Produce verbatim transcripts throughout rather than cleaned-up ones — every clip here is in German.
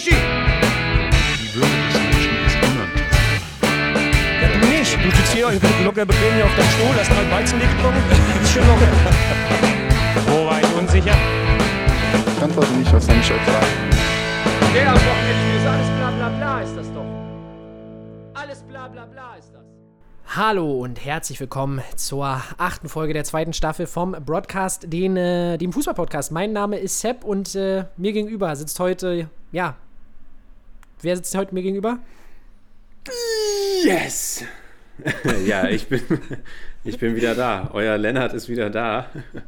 Schiri! Die Würde des Menschen ist unantastbar. Ja, du nicht. Du sitzt hier locker bequem hier auf deinem Stuhl, hast mal Weizenbier getrunken. Ist schon locker. Wo war ich unsicher? Ich antworte nicht auf seine Frage. Der auf Wochenende ist alles bla bla bla ist das doch. Alles bla bla bla ist das. Hallo und herzlich willkommen zur achten Folge der zweiten Staffel vom Broadcast, den, äh, dem Fußball-Podcast. Mein Name ist Sepp und äh, mir gegenüber sitzt heute, ja, wer sitzt heute mir gegenüber? Yes! Ja, ich bin, ich bin wieder da. Euer Lennart ist wieder da.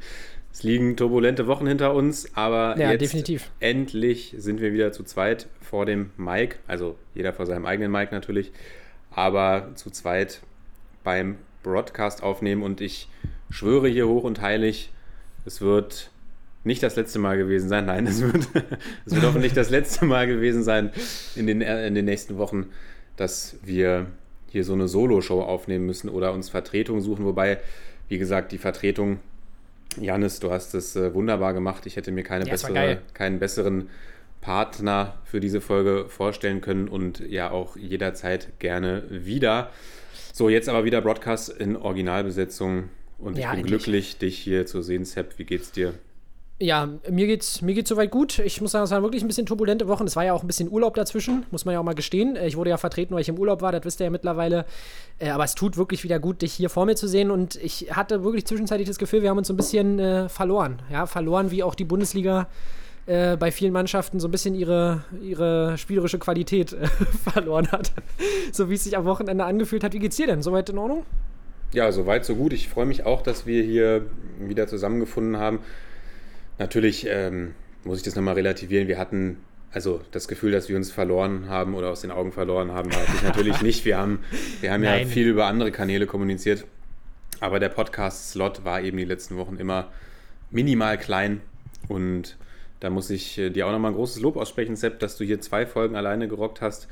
Es liegen turbulente Wochen hinter uns, aber ja, jetzt definitiv. Endlich sind wir wieder zu zweit vor dem Mic, also jeder vor seinem eigenen Mic natürlich, aber zu zweit beim Broadcast aufnehmen und ich schwöre hier hoch und heilig, es wird nicht das letzte Mal gewesen sein, nein, es wird, es wird auch nicht das letzte Mal gewesen sein in den, in den nächsten Wochen, dass wir hier so eine Solo-Show aufnehmen müssen oder uns Vertretung suchen, wobei, wie gesagt, die Vertretung, Jannis, du hast es äh, wunderbar gemacht, ich hätte mir keine ja, bessere, keinen besseren Partner für diese Folge vorstellen können und ja auch jederzeit gerne wieder. So, jetzt aber wieder Broadcast in Originalbesetzung und ich ja, bin endlich. glücklich, dich hier zu sehen, Sepp. Wie geht's dir? Ja, mir geht's, mir geht's soweit gut. Ich muss sagen, es waren wirklich ein bisschen turbulente Wochen. Es war ja auch ein bisschen Urlaub dazwischen, muss man ja auch mal gestehen. Ich wurde ja vertreten, weil ich im Urlaub war, das wisst ihr ja mittlerweile. Aber es tut wirklich wieder gut, dich hier vor mir zu sehen. Und ich hatte wirklich zwischenzeitlich das Gefühl, wir haben uns so ein bisschen äh, verloren. Ja, verloren, wie auch die Bundesliga äh, bei vielen Mannschaften so ein bisschen ihre, ihre spielerische Qualität äh, verloren hat. So wie es sich am Wochenende angefühlt hat. Wie geht's dir denn? Soweit in Ordnung? Ja, soweit, so gut. Ich freue mich auch, dass wir hier wieder zusammengefunden haben. Natürlich ähm, muss ich das nochmal relativieren. Wir hatten also das Gefühl, dass wir uns verloren haben oder aus den Augen verloren haben, hatte ich natürlich nicht. Wir haben, wir haben ja viel über andere Kanäle kommuniziert, aber der Podcast-Slot war eben die letzten Wochen immer minimal klein und da muss ich dir auch nochmal ein großes Lob aussprechen, Sepp, dass du hier zwei Folgen alleine gerockt hast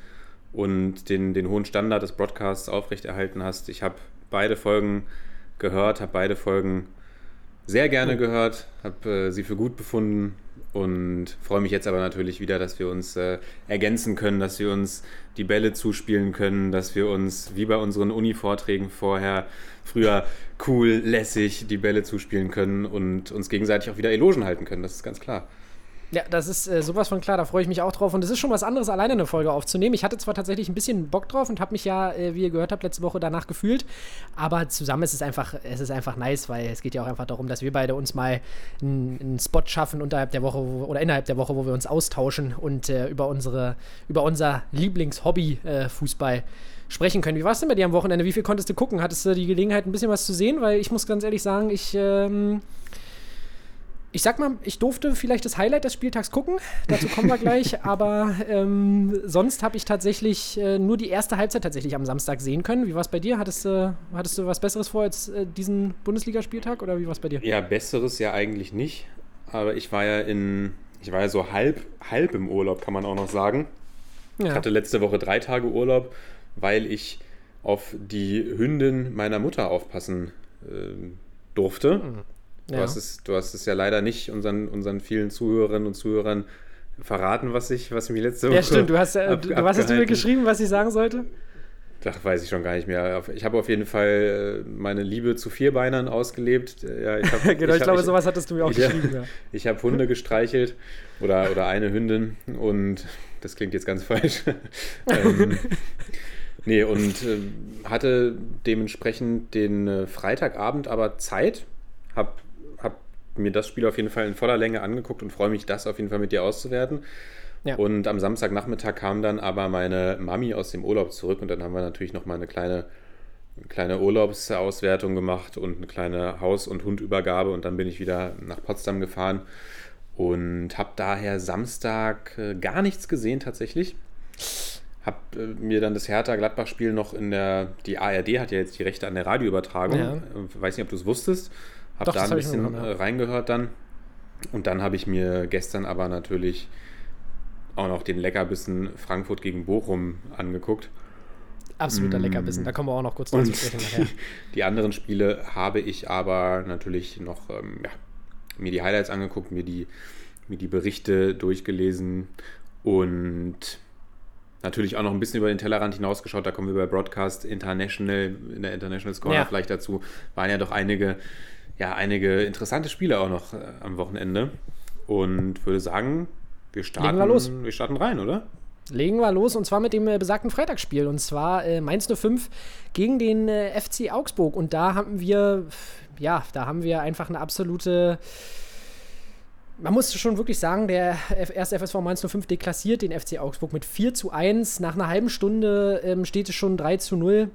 und den, den hohen Standard des Broadcasts aufrechterhalten hast. Ich habe beide Folgen gehört, habe beide Folgen sehr gerne gehört, habe äh, sie für gut befunden und freue mich jetzt aber natürlich wieder, dass wir uns äh, ergänzen können, dass wir uns die Bälle zuspielen können, dass wir uns, wie bei unseren Uni-Vorträgen vorher, früher cool, lässig die Bälle zuspielen können und uns gegenseitig auch wieder Elogen halten können, das ist ganz klar. Ja, das ist äh, sowas von klar, da freue ich mich auch drauf. Und es ist schon was anderes, alleine eine Folge aufzunehmen. Ich hatte zwar tatsächlich ein bisschen Bock drauf und habe mich ja, äh, wie ihr gehört habt, letzte Woche danach gefühlt. Aber zusammen ist es einfach, es ist einfach nice, weil es geht ja auch einfach darum, dass wir beide uns mal einen, einen Spot schaffen unterhalb der Woche wo, oder innerhalb der Woche, wo wir uns austauschen und äh, über unsere, über unser Lieblingshobby äh, Fußball sprechen können. Wie war es denn bei dir am Wochenende? Wie viel konntest du gucken? Hattest du die Gelegenheit, ein bisschen was zu sehen? Weil ich muss ganz ehrlich sagen, ich ähm, Ich sag mal, ich durfte vielleicht das Highlight des Spieltags gucken, dazu kommen wir gleich, aber ähm, sonst habe ich tatsächlich äh, nur die erste Halbzeit tatsächlich am Samstag sehen können. Wie war es bei dir? Hattest, äh, hattest du was Besseres vor als äh, diesen Bundesligaspieltag oder wie war es bei dir? Ja, Besseres ja eigentlich nicht, aber ich war ja in, ich war ja so halb, halb im Urlaub, kann man auch noch sagen. Ja. Ich hatte letzte Woche drei Tage Urlaub, weil ich auf die Hündin meiner Mutter aufpassen äh, durfte. Mhm. Du, ja. hast es, du hast es ja leider nicht unseren, unseren vielen Zuhörerinnen und Zuhörern verraten, was ich, was ich mir letzte Woche Ja, stimmt. Du hast, äh, ab, du, was hast du mir geschrieben, was ich sagen sollte? Das weiß ich schon gar nicht mehr. Ich habe auf jeden Fall meine Liebe zu Vierbeinern ausgelebt. Ja, ich hab, genau, ich, ich glaube, ich, sowas hattest du mir auch ich, geschrieben. Ja. Ich habe Hunde gestreichelt oder, oder eine Hündin und das klingt jetzt ganz falsch. ähm, nee, und äh, hatte dementsprechend den äh, Freitagabend aber Zeit, habe habe mir das Spiel auf jeden Fall in voller Länge angeguckt und freue mich, das auf jeden Fall mit dir auszuwerten. Ja. Und am Samstagnachmittag kam dann aber meine Mami aus dem Urlaub zurück und dann haben wir natürlich nochmal eine kleine, kleine Urlaubsauswertung gemacht und eine kleine Haus- und Hundübergabe und dann bin ich wieder nach Potsdam gefahren und habe daher Samstag äh, gar nichts gesehen tatsächlich. Habe äh, mir dann das Hertha-Gladbach-Spiel noch in der, die A R D hat ja jetzt die Rechte an der Radioübertragung, ja. äh, weiß nicht, ob du es wusstest. Habe da ein bisschen hab ja. reingehört dann. Und dann habe ich mir gestern aber natürlich auch noch den Leckerbissen Frankfurt gegen Bochum angeguckt. Absoluter mm. Leckerbissen, da kommen wir auch noch kurz drauf zu sprechen nachher. Die, die anderen Spiele habe ich aber natürlich noch ähm, ja, mir die Highlights angeguckt, mir die, mir die Berichte durchgelesen Und natürlich auch noch ein bisschen über den Tellerrand hinausgeschaut, da kommen wir bei Broadcast International, in der International Corner Ja. vielleicht dazu, waren ja doch einige, ja, einige interessante Spiele auch noch äh, am Wochenende. Und würde sagen, wir starten, Legen wir los. wir starten rein, oder? Legen wir los und zwar mit dem äh, besagten Freitagsspiel und zwar äh, Mainz null fünf gegen den äh, F C Augsburg und da haben wir, ja, da haben wir einfach eine absolute, man muss schon wirklich sagen, der F- erste F S V Mainz null fünf deklassiert den F C Augsburg mit vier zu eins, nach einer halben Stunde ähm, steht es schon drei zu null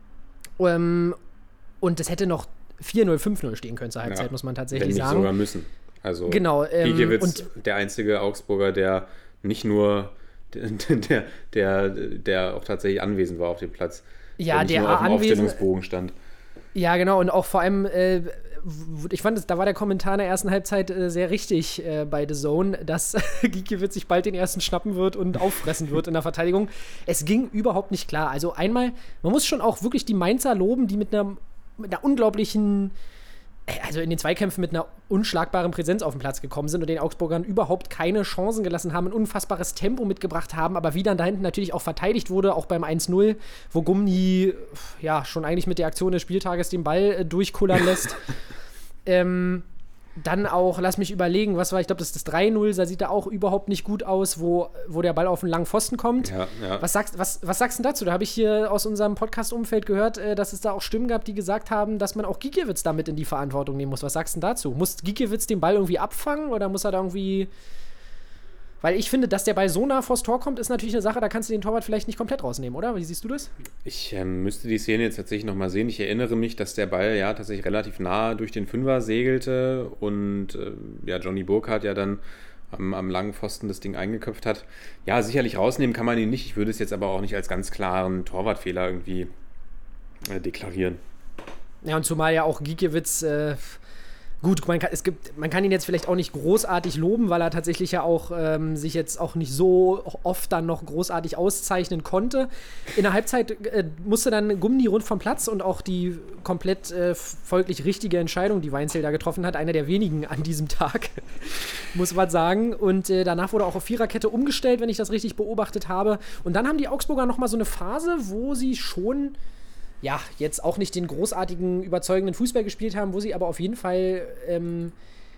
ähm, und es hätte noch vier null, fünf null stehen können zur Halbzeit, Ja, muss man Wenn tatsächlich nicht sagen. sogar müssen. Also Genau, ähm, Gikiewicz, und- der einzige Augsburger, der nicht nur der, der, der auch tatsächlich anwesend war auf dem Platz. Ja, nicht der nur auf dem anwesend- Aufstellungsbogen stand. Ja, genau, und auch vor allem, äh, w- ich fand, es, da war der Kommentar in der ersten Halbzeit äh, sehr richtig äh, bei The Zone, dass Gikiewicz sich bald den ersten schnappen wird und auffressen wird in der Verteidigung. Es ging überhaupt nicht klar. Also einmal, man muss schon auch wirklich die Mainzer loben, die mit einer, mit einer unglaublichen, also in den Zweikämpfen mit einer unschlagbaren Präsenz auf den Platz gekommen sind und den Augsburgern überhaupt keine Chancen gelassen haben, ein unfassbares Tempo mitgebracht haben, aber wie dann da hinten natürlich auch verteidigt wurde, auch beim eins null, wo Gumni ja schon eigentlich mit der Aktion des Spieltages den Ball äh, durchkullern lässt. ähm, dann auch, lass mich überlegen, was war, ich glaube, das ist das drei null, da sieht er auch überhaupt nicht gut aus, wo, wo der Ball auf einen langen Pfosten kommt. Ja, ja. Was sagst, was, was sagst du denn dazu? Da habe ich hier aus unserem Podcast-Umfeld gehört, äh, dass es da auch Stimmen gab, die gesagt haben, dass man auch Gikiewicz damit in die Verantwortung nehmen muss. Was sagst du denn dazu? Muss Gikiewicz den Ball irgendwie abfangen oder muss er da irgendwie. Weil ich finde, dass der Ball so nah vors Tor kommt, ist natürlich eine Sache, da kannst du den Torwart vielleicht nicht komplett rausnehmen, oder? Wie siehst du das? Ich ähm, müsste die Szene jetzt tatsächlich nochmal sehen. Ich erinnere mich, dass der Ball ja tatsächlich relativ nah durch den Fünfer segelte und äh, ja, Johnny Burkhardt ja dann am, am langen Pfosten das Ding eingeköpft hat. Ja, sicherlich rausnehmen kann man ihn nicht. Ich würde es jetzt aber auch nicht als ganz klaren Torwartfehler irgendwie äh, deklarieren. Ja, und zumal ja auch Gikiewicz, äh, gut, man kann, es gibt, man kann ihn jetzt vielleicht auch nicht großartig loben, weil er tatsächlich ja auch ähm, sich jetzt auch nicht so oft dann noch großartig auszeichnen konnte. In der Halbzeit äh, musste dann Gumni rund vom Platz und auch die komplett äh, folglich richtige Entscheidung, die Weinzel da getroffen hat, einer der wenigen an diesem Tag, muss man sagen. Und äh, danach wurde auch auf Viererkette umgestellt, wenn ich das richtig beobachtet habe. Und dann haben die Augsburger nochmal so eine Phase, wo sie schon ja, jetzt auch nicht den großartigen, überzeugenden Fußball gespielt haben, wo sie aber auf jeden Fall ähm,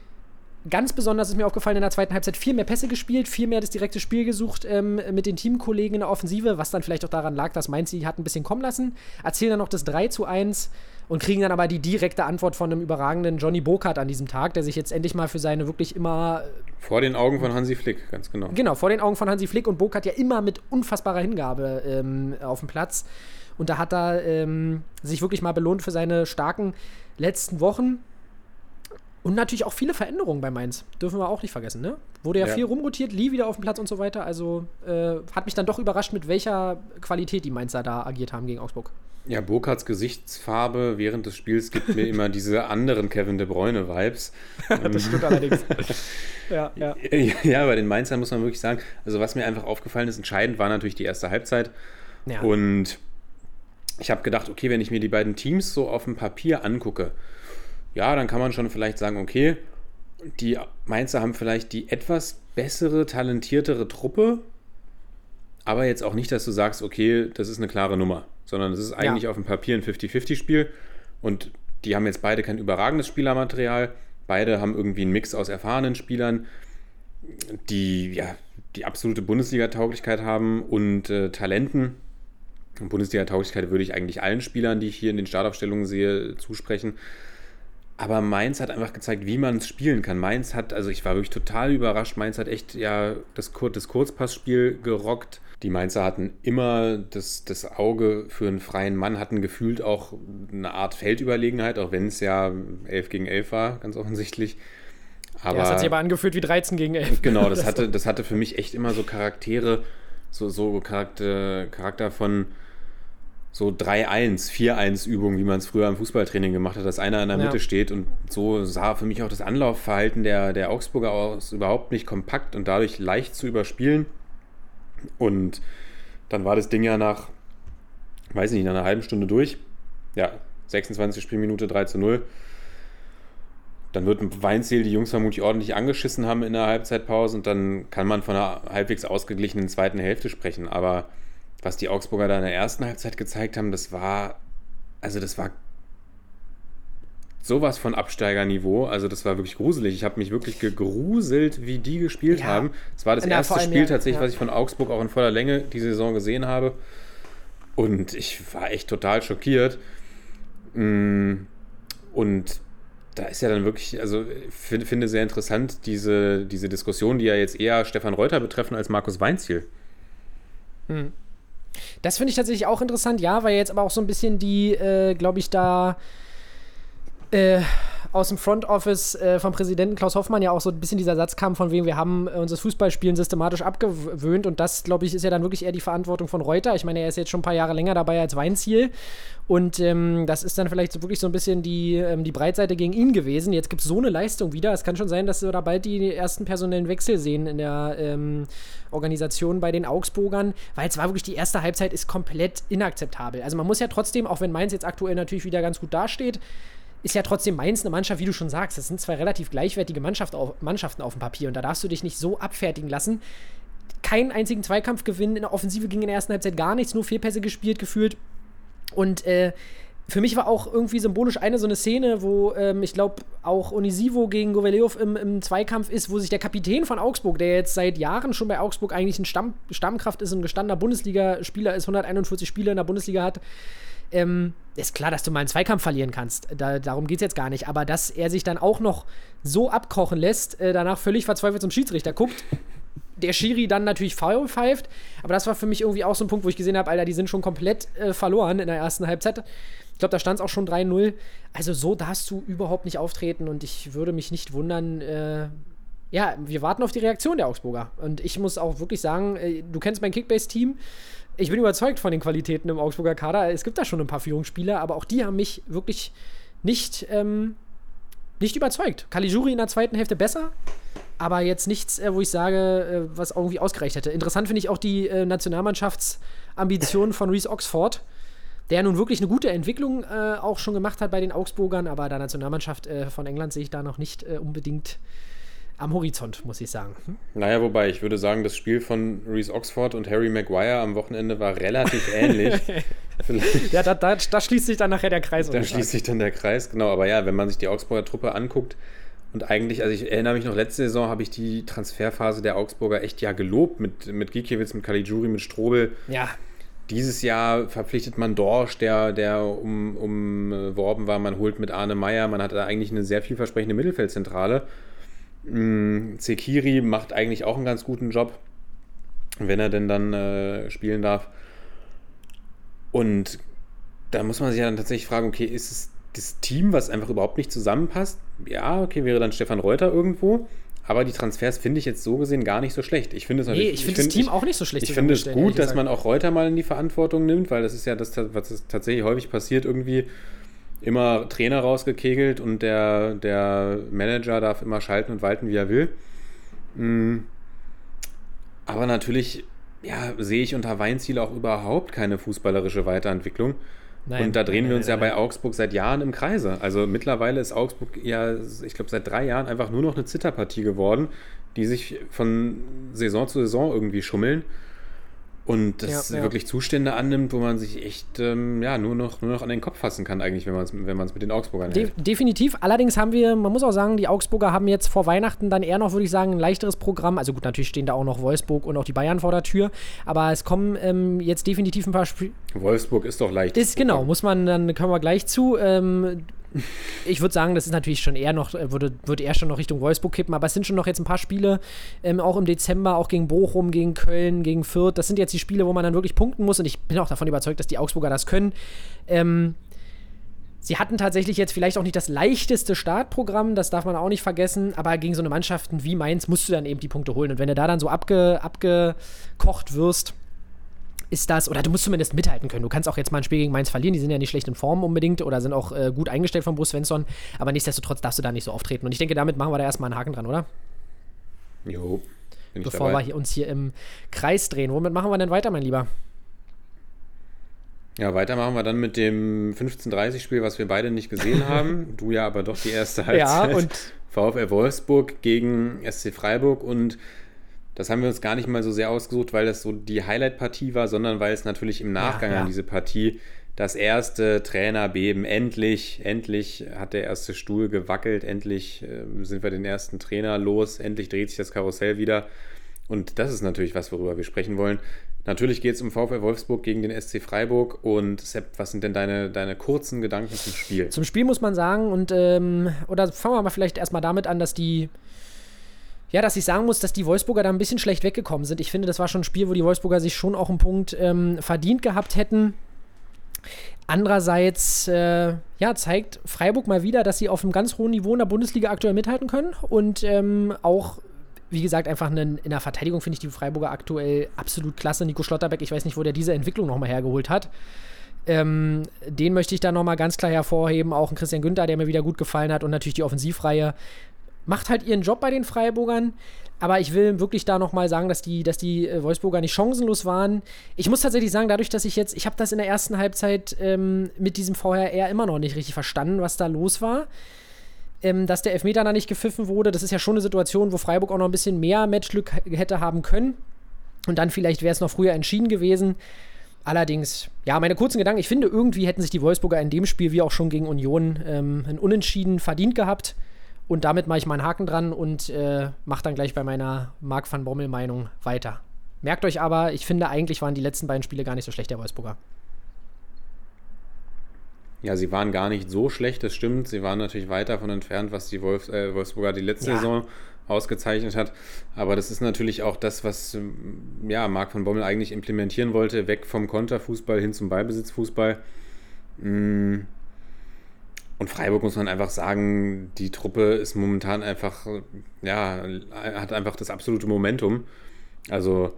ganz besonders ist mir aufgefallen, in der zweiten Halbzeit viel mehr Pässe gespielt, viel mehr das direkte Spiel gesucht ähm, mit den Teamkollegen in der Offensive, was dann vielleicht auch daran lag, dass Mainz sie hat ein bisschen kommen lassen, erzielen dann noch das drei zu eins und kriegen dann aber die direkte Antwort von einem überragenden Johnny Burkhardt an diesem Tag, der sich jetzt endlich mal für seine wirklich immer Vor den Augen von Hansi Flick, ganz genau. Genau, vor den Augen von Hansi Flick und Burkhardt ja immer mit unfassbarer Hingabe ähm, auf dem Platz. Und da hat er ähm, sich wirklich mal belohnt für seine starken letzten Wochen. Und natürlich auch viele Veränderungen bei Mainz. Dürfen wir auch nicht vergessen, ne? Wurde ja, Ja. viel rumrotiert, Lee wieder auf dem Platz und so weiter. Also äh, hat mich dann doch überrascht, mit welcher Qualität die Mainzer da agiert haben gegen Augsburg. Ja, Burkhardts Gesichtsfarbe während des Spiels gibt mir immer diese anderen Kevin De Bruyne-Vibes. Das stimmt allerdings. Ja, ja. Ja, bei den Mainzern muss man wirklich sagen, also was mir einfach aufgefallen ist, entscheidend war natürlich die erste Halbzeit. Ja. Und ich habe gedacht, okay, wenn ich mir die beiden Teams so auf dem Papier angucke, ja, dann kann man schon vielleicht sagen, okay, die Mainzer haben vielleicht die etwas bessere, talentiertere Truppe, aber jetzt auch nicht, dass du sagst, okay, das ist eine klare Nummer, sondern es ist eigentlich Ja. auf dem Papier ein fünfzig fünfzig-Spiel und die haben jetzt beide kein überragendes Spielermaterial, beide haben irgendwie einen Mix aus erfahrenen Spielern, die ja die absolute Bundesliga-Tauglichkeit haben und äh, Talenten. Bundesliga-Tauglichkeit würde ich eigentlich allen Spielern, die ich hier in den Startaufstellungen sehe, zusprechen. Aber Mainz hat einfach gezeigt, wie man es spielen kann. Mainz hat, also ich war wirklich total überrascht, Mainz hat echt ja das, Kur- das Kurzpassspiel gerockt. Die Mainzer hatten immer das, das Auge für einen freien Mann, hatten gefühlt auch eine Art Feldüberlegenheit, auch wenn es ja elf gegen elf war, ganz offensichtlich. Aber Ja, das hat sich aber angefühlt wie dreizehn gegen elf. genau, das hatte, das hatte für mich echt immer so Charaktere, so, so Charakter, Charakter von so drei eins, vier eins Übungen, wie man es früher im Fußballtraining gemacht hat, dass einer in der Ja. Mitte steht, und so sah für mich auch das Anlaufverhalten der, der Augsburger aus, überhaupt nicht kompakt und dadurch leicht zu überspielen. Und dann war das Ding ja nach, weiß nicht, nach einer halben Stunde durch. Ja, sechsundzwanzigste Spielminute drei zu null. Dann wird Weinziel die Jungs vermutlich ordentlich angeschissen haben in der Halbzeitpause und dann kann man von einer halbwegs ausgeglichenen zweiten Hälfte sprechen. Aber was die Augsburger da in der ersten Halbzeit gezeigt haben, das war, also das war sowas von Absteigerniveau. Also das war wirklich gruselig. Ich habe mich wirklich gegruselt, wie die gespielt Ja. haben. Es war das Na, erste vor allem Spiel ja, tatsächlich, ja. was ich von Augsburg auch in voller Länge die Saison gesehen habe. Und ich war echt total schockiert. Und da ist ja dann wirklich, also ich find, finde sehr interessant, diese, diese Diskussion, die ja jetzt eher Stefan Reuter betreffen als Markus Weinziel. Hm. Das finde ich tatsächlich auch interessant, ja, weil jetzt aber auch so ein bisschen die, äh, glaube ich, da äh, aus dem Front Office äh, vom Präsidenten Klaus Hoffmann ja auch so ein bisschen dieser Satz kam, von wem wir haben äh, uns das Fußballspielen systematisch abgewöhnt und das, glaube ich, ist ja dann wirklich eher die Verantwortung von Reuter. Ich meine, er ist jetzt schon ein paar Jahre länger dabei als Weinziel und ähm, das ist dann vielleicht so wirklich so ein bisschen die, ähm, die Breitseite gegen ihn gewesen. Jetzt gibt es so eine Leistung wieder. Es kann schon sein, dass wir da bald die ersten personellen Wechsel sehen in der ähm, Organisation bei den Augsburgern, weil es war wirklich, die erste Halbzeit ist komplett inakzeptabel. Also man muss ja trotzdem, auch wenn Mainz jetzt aktuell natürlich wieder ganz gut dasteht, ist ja trotzdem Mainz eine Mannschaft, wie du schon sagst. Das sind zwei relativ gleichwertige Mannschaft auf, Mannschaften auf dem Papier und da darfst du dich nicht so abfertigen lassen. Keinen einzigen Zweikampf gewinnen, in der Offensive ging in der ersten Halbzeit gar nichts, nur Fehlpässe gespielt gefühlt. Und äh, für mich war auch irgendwie symbolisch eine so eine Szene, wo ähm, ich glaube auch Onisivo gegen Goveleov im, im Zweikampf ist, wo sich der Kapitän von Augsburg, der jetzt seit Jahren schon bei Augsburg eigentlich ein Stamm, Stammkraft ist, ein gestandener Bundesligaspieler ist, hunderteinundvierzig Spiele in der Bundesliga hat, Ähm, ist klar, dass du mal einen Zweikampf verlieren kannst. Da, darum geht es jetzt gar nicht. Aber dass er sich dann auch noch so abkochen lässt, äh, danach völlig verzweifelt zum Schiedsrichter guckt, der Schiri dann natürlich faul pfeift. Aber das war für mich irgendwie auch so ein Punkt, wo ich gesehen habe, Alter, die sind schon komplett äh, verloren in der ersten Halbzeit. Ich glaube, da stand es auch schon drei null. Also so darfst du überhaupt nicht auftreten. Und ich würde mich nicht wundern, äh, ja, wir warten auf die Reaktion der Augsburger. Und ich muss auch wirklich sagen, äh, du kennst mein Kickbase-Team. Ich bin überzeugt von den Qualitäten im Augsburger Kader. Es gibt da schon ein paar Führungsspieler, aber auch die haben mich wirklich nicht, ähm, nicht überzeugt. Caligiuri in der zweiten Hälfte besser, aber jetzt nichts, äh, wo ich sage, äh, was irgendwie ausgereicht hätte. Interessant finde ich auch die äh, Nationalmannschaftsambitionen von Reece Oxford, der nun wirklich eine gute Entwicklung äh, auch schon gemacht hat bei den Augsburgern, aber der Nationalmannschaft äh, von England sehe ich da noch nicht äh, unbedingt am Horizont, muss ich sagen. Hm? Naja, wobei, ich würde sagen, das Spiel von Reece Oxford und Harry Maguire am Wochenende war relativ ähnlich. Ja, da, da, da schließt sich dann nachher der Kreis. Da schließt sich dann der Kreis, genau. Aber ja, wenn man sich die Augsburger Truppe anguckt und eigentlich, also ich erinnere mich noch, letzte Saison habe ich die Transferphase der Augsburger echt ja gelobt mit, mit Gikiewicz, mit Caligiuri, mit Strobel. Ja. Dieses Jahr verpflichtet man Dorsch, der, der um, umworben war. Man holt mit Arne Meyer. Man hat da eigentlich eine sehr vielversprechende Mittelfeldzentrale. Zekiri macht eigentlich auch einen ganz guten Job, wenn er denn dann äh, spielen darf. Und da muss man sich ja dann tatsächlich fragen, okay, ist es das Team, was einfach überhaupt nicht zusammenpasst? Ja, okay, wäre dann Stefan Reuter irgendwo. Aber die Transfers finde ich jetzt so gesehen gar nicht so schlecht. Ich finde es Nee, ich finde das Team auch nicht so schlecht. Ich finde es gut, dass man auch Reuter mal in die Verantwortung nimmt, weil das ist ja das, was tatsächlich häufig passiert, irgendwie immer Trainer rausgekegelt und der, der Manager darf immer schalten und walten, wie er will. Aber natürlich, ja, sehe ich unter Weinziel auch überhaupt keine fußballerische Weiterentwicklung. Nein, und da drehen nein, wir uns nein, ja nein. bei Augsburg seit Jahren im Kreise. Also mittlerweile ist Augsburg ja, ich glaube, seit drei Jahren einfach nur noch eine Zitterpartie geworden, die sich von Saison zu Saison irgendwie schummeln. Und das ja, ja. wirklich Zustände annimmt, wo man sich echt ähm, ja, nur, noch, nur noch an den Kopf fassen kann, eigentlich, wenn man es wenn man's mit den Augsburgern De- hält. Definitiv. Allerdings haben wir, man muss auch sagen, die Augsburger haben jetzt vor Weihnachten dann eher noch, würde ich sagen, ein leichteres Programm. Also gut, natürlich stehen da auch noch Wolfsburg und auch die Bayern vor der Tür. Aber es kommen ähm, jetzt definitiv ein paar Spiele. Wolfsburg ist doch leicht. Ist genau, muss man, dann kommen wir gleich zu. Ähm, ich würde sagen, das ist natürlich schon eher noch, würde, würde eher schon noch Richtung Wolfsburg kippen, aber es sind schon noch jetzt ein paar Spiele, ähm, auch im Dezember, auch gegen Bochum, gegen Köln, gegen Fürth. Das sind jetzt die Spiele, wo man dann wirklich punkten muss und ich bin auch davon überzeugt, dass die Augsburger das können. Ähm, sie hatten tatsächlich jetzt vielleicht auch nicht das leichteste Startprogramm, das darf man auch nicht vergessen, aber gegen so eine Mannschaften wie Mainz musst du dann eben die Punkte holen und wenn du da dann so abge, abgekocht wirst, ist das, oder du musst zumindest mithalten können. Du kannst auch jetzt mal ein Spiel gegen Mainz verlieren, die sind ja nicht schlecht in Form unbedingt oder sind auch äh, gut eingestellt von Bruce Svensson, aber nichtsdestotrotz darfst du da nicht so auftreten. Und ich denke, damit machen wir da erstmal einen Haken dran, oder? Jo, bin ich Bevor dabei. wir hier uns hier im Kreis drehen. Womit machen wir denn weiter, mein Lieber? Ja, weitermachen wir dann mit dem fünfzehn dreißig Spiel, was wir beide nicht gesehen haben. Du ja aber doch die erste Halbzeit. Ja, und VfL Wolfsburg gegen S C Freiburg, und das haben wir uns gar nicht mal so sehr ausgesucht, weil das so die Highlight-Partie war, sondern weil es natürlich im Nachgang Ja, ja. an diese Partie das erste Trainerbeben, endlich, endlich hat der erste Stuhl gewackelt, endlich äh, sind wir den ersten Trainer los, endlich dreht sich das Karussell wieder, und das ist natürlich was, worüber wir sprechen wollen. Natürlich geht es um VfL Wolfsburg gegen den S C Freiburg, und Sepp, was sind denn deine, deine kurzen Gedanken zum Spiel? Zum Spiel muss man sagen, und ähm, oder fangen wir mal vielleicht erstmal damit an, dass die Ja, dass ich sagen muss, dass die Wolfsburger da ein bisschen schlecht weggekommen sind. Ich finde, das war schon ein Spiel, wo die Wolfsburger sich schon auch einen Punkt ähm, verdient gehabt hätten. Andererseits äh, ja, zeigt Freiburg mal wieder, dass sie auf einem ganz hohen Niveau in der Bundesliga aktuell mithalten können. Und ähm, auch, wie gesagt, einfach in, in der Verteidigung finde ich die Freiburger aktuell absolut klasse. Nico Schlotterbeck, ich weiß nicht, wo der diese Entwicklung nochmal hergeholt hat. Ähm, den möchte ich da nochmal ganz klar hervorheben. Auch ein Christian Günther, der mir wieder gut gefallen hat. Und natürlich die Offensivreihe. Macht halt ihren Job bei den Freiburgern, aber ich will wirklich da nochmal sagen, dass die, dass die Wolfsburger nicht chancenlos waren. Ich muss tatsächlich sagen, dadurch, dass ich jetzt, ich habe das in der ersten Halbzeit ähm, mit diesem V R R immer noch nicht richtig verstanden, was da los war. Ähm, dass der Elfmeter da nicht gepfiffen wurde, das ist ja schon eine Situation, wo Freiburg auch noch ein bisschen mehr Matchglück hätte haben können. Und dann vielleicht wäre es noch früher entschieden gewesen. Allerdings, ja, meine kurzen Gedanken, ich finde, irgendwie hätten sich die Wolfsburger in dem Spiel, wie auch schon gegen Union, ähm, ein Unentschieden verdient gehabt. Und damit mache ich mal einen Haken dran und äh, mache dann gleich bei meiner Marc van Bommel-Meinung weiter. Merkt euch aber, ich finde, eigentlich waren die letzten beiden Spiele gar nicht so schlecht, der Wolfsburger. Ja, sie waren gar nicht so schlecht, das stimmt. Sie waren natürlich weit davon entfernt, was die Wolfs, äh, Wolfsburger die letzte Ja. Saison ausgezeichnet hat. Aber das ist natürlich auch das, was ja, Marc van Bommel eigentlich implementieren wollte, weg vom Konterfußball hin zum Ballbesitzfußball. Mm. Und Freiburg, muss man einfach sagen, die Truppe ist momentan einfach, ja, hat einfach das absolute Momentum. Also,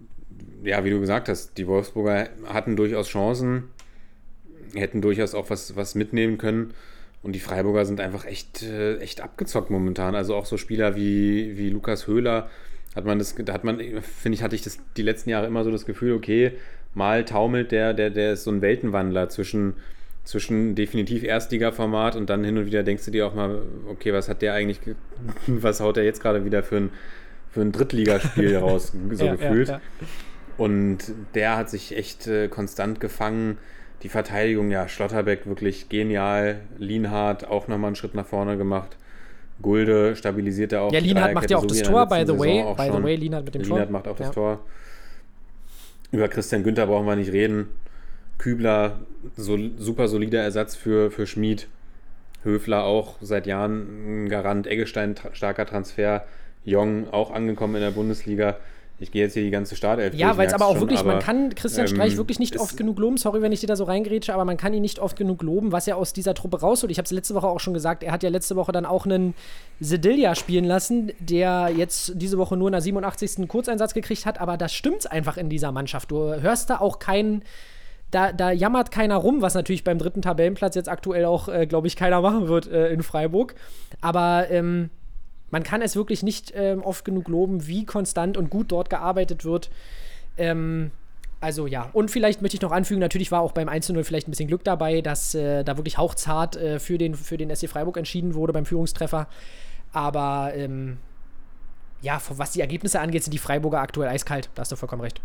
ja, wie du gesagt hast, die Wolfsburger hatten durchaus Chancen, hätten durchaus auch was, was mitnehmen können. Und die Freiburger sind einfach echt, echt abgezockt momentan. Also auch so Spieler wie, wie Lukas Höhler, hat man das, da hat man, finde ich, hatte ich das die letzten Jahre immer so das Gefühl, okay, mal taumelt der, der, der ist so ein Weltenwandler zwischen zwischen definitiv Erstliga-Format und dann hin und wieder denkst du dir auch mal, okay, was hat der eigentlich, ge- was haut der jetzt gerade wieder für ein, für ein Drittligaspiel raus, so Ja, gefühlt. ja, ja. Und der hat sich echt äh, konstant gefangen. Die Verteidigung, ja, Schlotterbeck wirklich genial, Lienhardt auch nochmal einen Schritt nach vorne gemacht. Gulde stabilisiert er auch. Ja, die Lienhardt macht ja auch Dreierkette, das so wie in der Tor, by letzten the way. Saison auch By the schon. way, Lienhardt mit dem Tor. Lienhardt macht auch das Ja. Tor. Über Christian Günther brauchen wir nicht reden. Kübler, so, super solider Ersatz für, für Schmid. Höfler auch seit Jahren ein Garant. Eggestein, tra- starker Transfer. Jong auch angekommen in der Bundesliga. Ich gehe jetzt hier die ganze Startelf Ja, durch, weil es merkst aber auch schon, wirklich, aber, man kann Christian ähm, Streich wirklich nicht ist- oft genug loben. Sorry, wenn ich dir da so reingrätsche, aber man kann ihn nicht oft genug loben, was er aus dieser Truppe rausholt. Ich habe es letzte Woche auch schon gesagt, er hat ja letzte Woche dann auch einen Sedilja spielen lassen, der jetzt diese Woche nur in der siebenundachtzigsten Kurzeinsatz gekriegt hat, aber das stimmt einfach in dieser Mannschaft. Du hörst da auch keinen, da, da jammert keiner rum, was natürlich beim dritten Tabellenplatz jetzt aktuell auch, äh, glaube ich, keiner machen wird äh, in Freiburg. Aber ähm, man kann es wirklich nicht ähm, oft genug loben, wie konstant und gut dort gearbeitet wird. Ähm, also ja, und vielleicht möchte ich noch anfügen, natürlich war auch beim eins zu null vielleicht ein bisschen Glück dabei, dass äh, da wirklich hauchzart äh, für, den, für den S C Freiburg entschieden wurde beim Führungstreffer. Aber ähm, ja, was die Ergebnisse angeht, sind die Freiburger aktuell eiskalt. Da hast du vollkommen recht.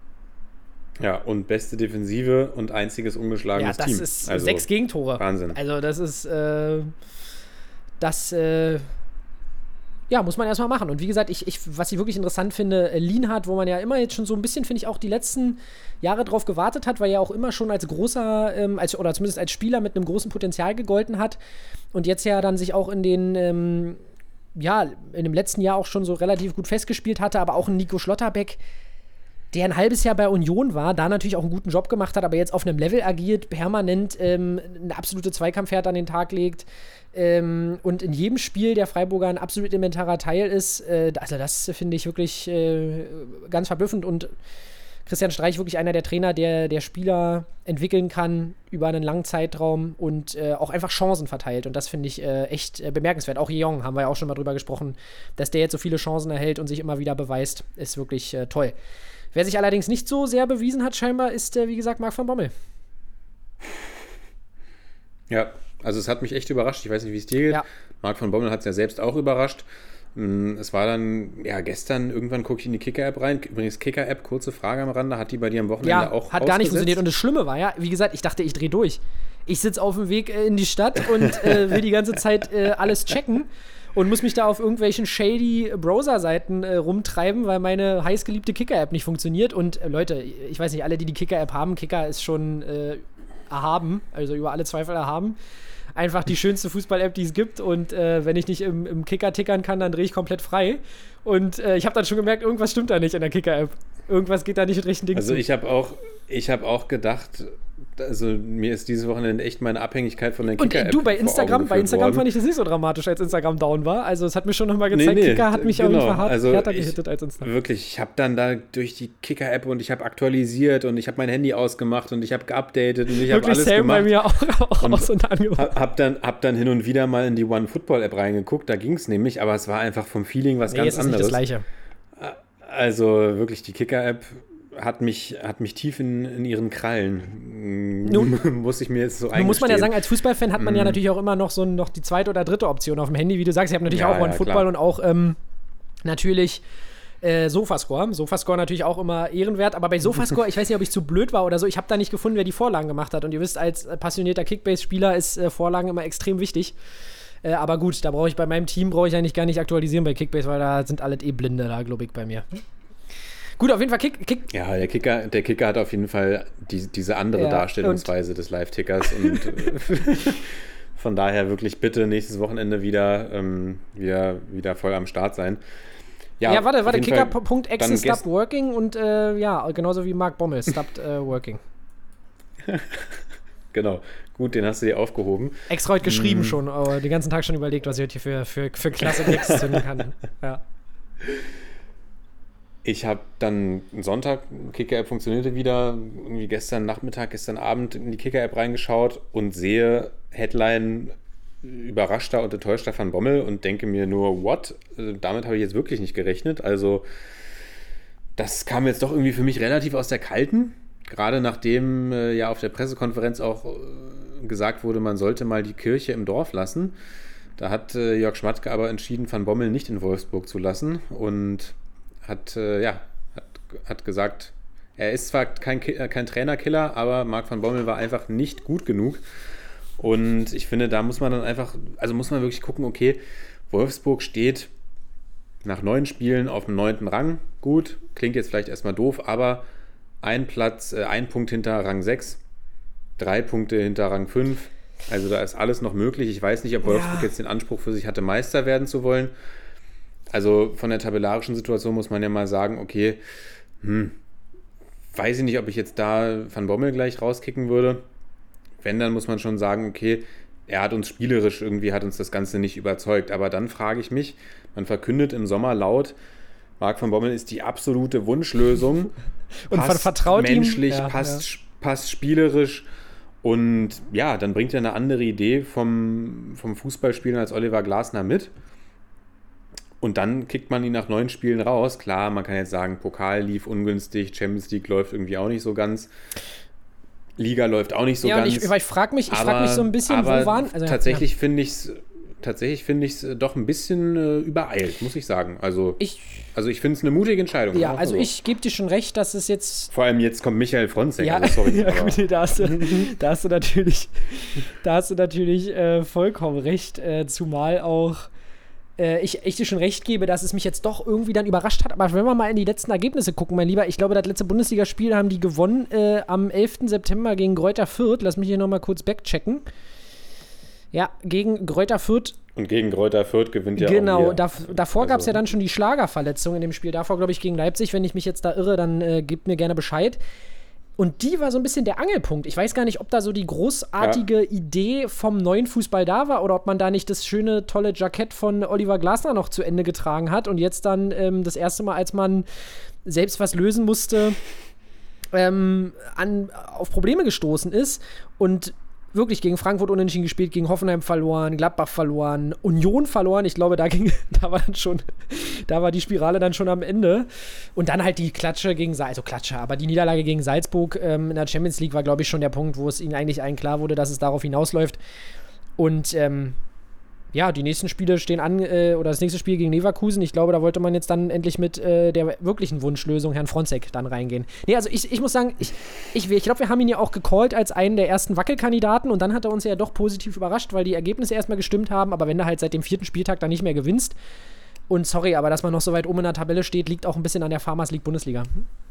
Ja, und beste Defensive und einziges Ja, ungeschlagenes das Team. ist Also, sechs Gegentore. Wahnsinn. Also das ist, äh, das, äh, ja, muss man erstmal machen. Und wie gesagt, ich, ich, was ich wirklich interessant finde, äh, Lienhardt, wo man ja immer jetzt schon so ein bisschen, finde ich, auch die letzten Jahre drauf gewartet hat, weil er auch immer schon als großer, ähm, als, oder zumindest als Spieler mit einem großen Potenzial gegolten hat und jetzt ja dann sich auch in den, ähm, ja, in dem letzten Jahr auch schon so relativ gut festgespielt hatte, aber auch ein Nico Schlotterbeck, der ein halbes Jahr bei Union war, da natürlich auch einen guten Job gemacht hat, aber jetzt auf einem Level agiert, permanent ähm, eine absolute Zweikampfhärte an den Tag legt ähm, und in jedem Spiel der Freiburger ein absolut elementarer Teil ist. Äh, also das finde ich wirklich äh, ganz verblüffend und Christian Streich wirklich einer der Trainer, der, der Spieler entwickeln kann über einen langen Zeitraum und äh, auch einfach Chancen verteilt. Und das finde ich äh, echt äh, bemerkenswert. Auch Jeong haben wir ja auch schon mal drüber gesprochen, dass der jetzt so viele Chancen erhält und sich immer wieder beweist, ist wirklich äh, toll. Wer sich allerdings nicht so sehr bewiesen hat, scheinbar, ist, äh, wie gesagt, Marc van Bommel. Ja, also es hat mich echt überrascht. Ich weiß nicht, wie es dir geht. Ja. Marc van Bommel hat es ja selbst auch überrascht. Es war dann, ja, gestern, irgendwann gucke ich in die Kicker-App rein. Übrigens, Kicker-App, kurze Frage am Rande, hat die bei dir am Wochenende Ja, auch hat gar nicht ausgesetzt? funktioniert. Und das Schlimme war ja, wie gesagt, ich dachte, ich drehe durch. Ich sitze auf dem Weg äh, in die Stadt und äh, will die ganze Zeit äh, alles checken und muss mich da auf irgendwelchen shady Browser-Seiten äh, rumtreiben, weil meine heißgeliebte Kicker-App nicht funktioniert. Und äh, Leute, ich weiß nicht, alle, die die Kicker-App haben, Kicker ist schon äh, erhaben, also über alle Zweifel erhaben. Einfach die schönste Fußball-App, die es gibt. Und äh, wenn ich nicht im, im Kicker tickern kann, dann drehe ich komplett frei. Und äh, ich habe dann schon gemerkt, irgendwas stimmt da nicht in der Kicker-App. Irgendwas geht da nicht mit rechten Dingen Also zu. ich habe auch, ich habe auch gedacht, also mir ist dieses Wochenende echt meine Abhängigkeit von der Und Kicker-App äh, du, bei vor Instagram, Augen bei geführt Instagram worden. fand ich das nicht so dramatisch, als Instagram down war. Also es hat mir schon nochmal gezeigt, Nee, nee, Kicker hat mich auf genau. jeden Fall hart, Also härter ich- gehittet als Instagram. Wirklich, ich habe dann da durch die Kicker-App und ich habe aktualisiert und ich habe mein Handy ausgemacht und ich habe geupdatet und ich habe Wirklich alles Sam bei gemacht. mir auch, auch Und aus und angemacht. Hab, hab, dann, hab dann hin und wieder mal in die One-Football-App reingeguckt, da ging es nämlich, aber es war einfach vom Feeling was Nee, ganz es ist nicht anderes. das Gleiche. Also wirklich, die Kicker-App hat mich, hat mich tief in, in ihren Krallen. Nun- muss ich mir jetzt so Nun muss man ja eingestehen. sagen, als Fußballfan hat man ja natürlich auch immer noch so noch die zweite oder dritte Option auf dem Handy, wie du sagst. Ich habe natürlich Ja, auch ja, OneFootball klar. und auch ähm, natürlich äh, Sofascore. Sofascore natürlich auch immer ehrenwert, aber bei Sofascore, ich weiß nicht, ob ich zu blöd war oder so, ich habe da nicht gefunden, wer die Vorlagen gemacht hat. Und ihr wisst, als äh, passionierter Kickbase-Spieler ist äh, Vorlagen immer extrem wichtig. Äh, aber gut, da brauche ich bei meinem Team brauche ich eigentlich gar nicht aktualisieren bei Kickbase, weil da sind alle eh Blinde da, glaube ich, bei mir. Gut, auf jeden Fall Kick, Kick Ja, der Kicker, der Kicker hat auf jeden Fall die, diese andere Ja, Darstellungsweise des Live-Tickers und äh, von daher wirklich bitte nächstes Wochenende wieder, ähm, wieder, wieder voll am Start sein. Ja, warte, auf warte, jeden Fall Kicker.exe dann stopped gest- working und äh, ja, genauso wie Marc Bommel stopped äh, working. Genau, gut, den hast du dir aufgehoben. Extra heute Mm. geschrieben schon, aber den ganzen Tag schon überlegt, was ich heute hier für, für, für klasse Kicks zünden kann. Ja. Ich habe dann Sonntag, Kicker-App funktionierte wieder, irgendwie gestern Nachmittag, gestern Abend in die Kicker-App reingeschaut und sehe Headline überraschter und enttäuschter Van Bommel und denke mir nur, what? Also, damit habe ich jetzt wirklich nicht gerechnet. Also das kam jetzt doch irgendwie für mich relativ aus der Kalten. Gerade nachdem äh, ja auf der Pressekonferenz auch äh, gesagt wurde, man sollte mal die Kirche im Dorf lassen. Da hat äh, Jörg Schmatke aber entschieden, Van Bommel nicht in Wolfsburg zu lassen und hat, äh, ja, hat, hat gesagt, er ist zwar kein, Ki- äh, kein Trainerkiller, aber Marc van Bommel war einfach nicht gut genug. Und ich finde, da muss man dann einfach, also muss man wirklich gucken, okay, Wolfsburg steht nach neun Spielen auf dem neunten Rang. Gut, klingt jetzt vielleicht erstmal doof, aber ein Platz, äh, ein Punkt hinter Rang sechs, drei Punkte hinter Rang fünf. Also da ist alles noch möglich. Ich weiß nicht, ob Wolfsburg Ja. jetzt den Anspruch für sich hatte, Meister werden zu wollen. Also von der tabellarischen Situation muss man ja mal sagen, okay, hm, weiß ich nicht, ob ich jetzt da Van Bommel gleich rauskicken würde. Wenn, dann muss man schon sagen, okay, er hat uns spielerisch irgendwie, hat uns das Ganze nicht überzeugt. Aber dann frage ich mich, man verkündet im Sommer laut, Marc van Bommel ist die absolute Wunschlösung. Und ver- vertraut ihm. menschlich, Ja, passt, passt spielerisch. Und ja, dann bringt er eine andere Idee vom, vom Fußballspielen als Oliver Glasner mit. Und dann kickt man ihn nach neun Spielen raus. Klar, man kann jetzt sagen, Pokal lief ungünstig, Champions League läuft irgendwie auch nicht so ganz. Liga läuft auch nicht so ja, und ganz. ich, ich frage mich, ich frag aber, mich so ein bisschen, aber wo waren. Also, tatsächlich finde ich es tatsächlich finde ich es doch ein bisschen äh, übereilt, muss ich sagen. Also Ich, also ich finde es eine mutige Entscheidung. ja, sagen wir also so. ich gebe dir schon recht, dass es jetzt. Vor allem jetzt kommt Michael Fronzek. Ja, Also sorry, ja aber gut, da hast du, da hast du natürlich, da hast du natürlich äh, vollkommen recht, äh, zumal auch äh, ich, ich dir schon recht gebe, dass es mich jetzt doch irgendwie dann überrascht hat. Aber wenn wir mal in die letzten Ergebnisse gucken, mein Lieber, ich glaube, das letzte Bundesligaspiel haben die gewonnen äh, am elften September gegen Greuther Fürth. Lass mich hier nochmal kurz backchecken. Ja, gegen Greuther Fürth. und gegen Greuther Fürth gewinnt ja Genau, auch hier. da, davor Also- gab es ja dann schon die Schlagerverletzung in dem Spiel. Davor, glaube ich, gegen Leipzig. Wenn ich mich jetzt da irre, dann äh, gebt mir gerne Bescheid. Und die war so ein bisschen der Angelpunkt. Ich weiß gar nicht, ob da so die großartige Ja. Idee vom neuen Fußball da war oder ob man da nicht das schöne, tolle Jackett von Oliver Glasner noch zu Ende getragen hat und jetzt dann ähm, das erste Mal, als man selbst was lösen musste, ähm, an, auf Probleme gestoßen ist. Und wirklich gegen Frankfurt unentschieden gespielt, gegen Hoffenheim verloren, Gladbach verloren, Union verloren. Ich glaube, da ging, da war dann schon, da war die Spirale dann schon am Ende. Und dann halt die Klatsche gegen, also Klatsche, aber die Niederlage gegen Salzburg ähm, in der Champions League war, glaube ich, schon der Punkt, wo es ihnen eigentlich allen klar wurde, dass es darauf hinausläuft. Und ähm, ja, die nächsten Spiele stehen an, äh, oder das nächste Spiel gegen Leverkusen. Ich glaube, da wollte man jetzt dann endlich mit äh, der wirklichen Wunschlösung, Herrn Fronzek, dann reingehen. Nee, also ich, ich muss sagen, ich, ich, ich glaube, wir haben ihn ja auch gecallt als einen der ersten Wackelkandidaten und dann hat er uns ja doch positiv überrascht, weil die Ergebnisse erstmal gestimmt haben, aber wenn du halt seit dem vierten Spieltag dann nicht mehr gewinnst und sorry, aber dass man noch so weit oben in der Tabelle steht, liegt auch ein bisschen an der Farmers League Bundesliga.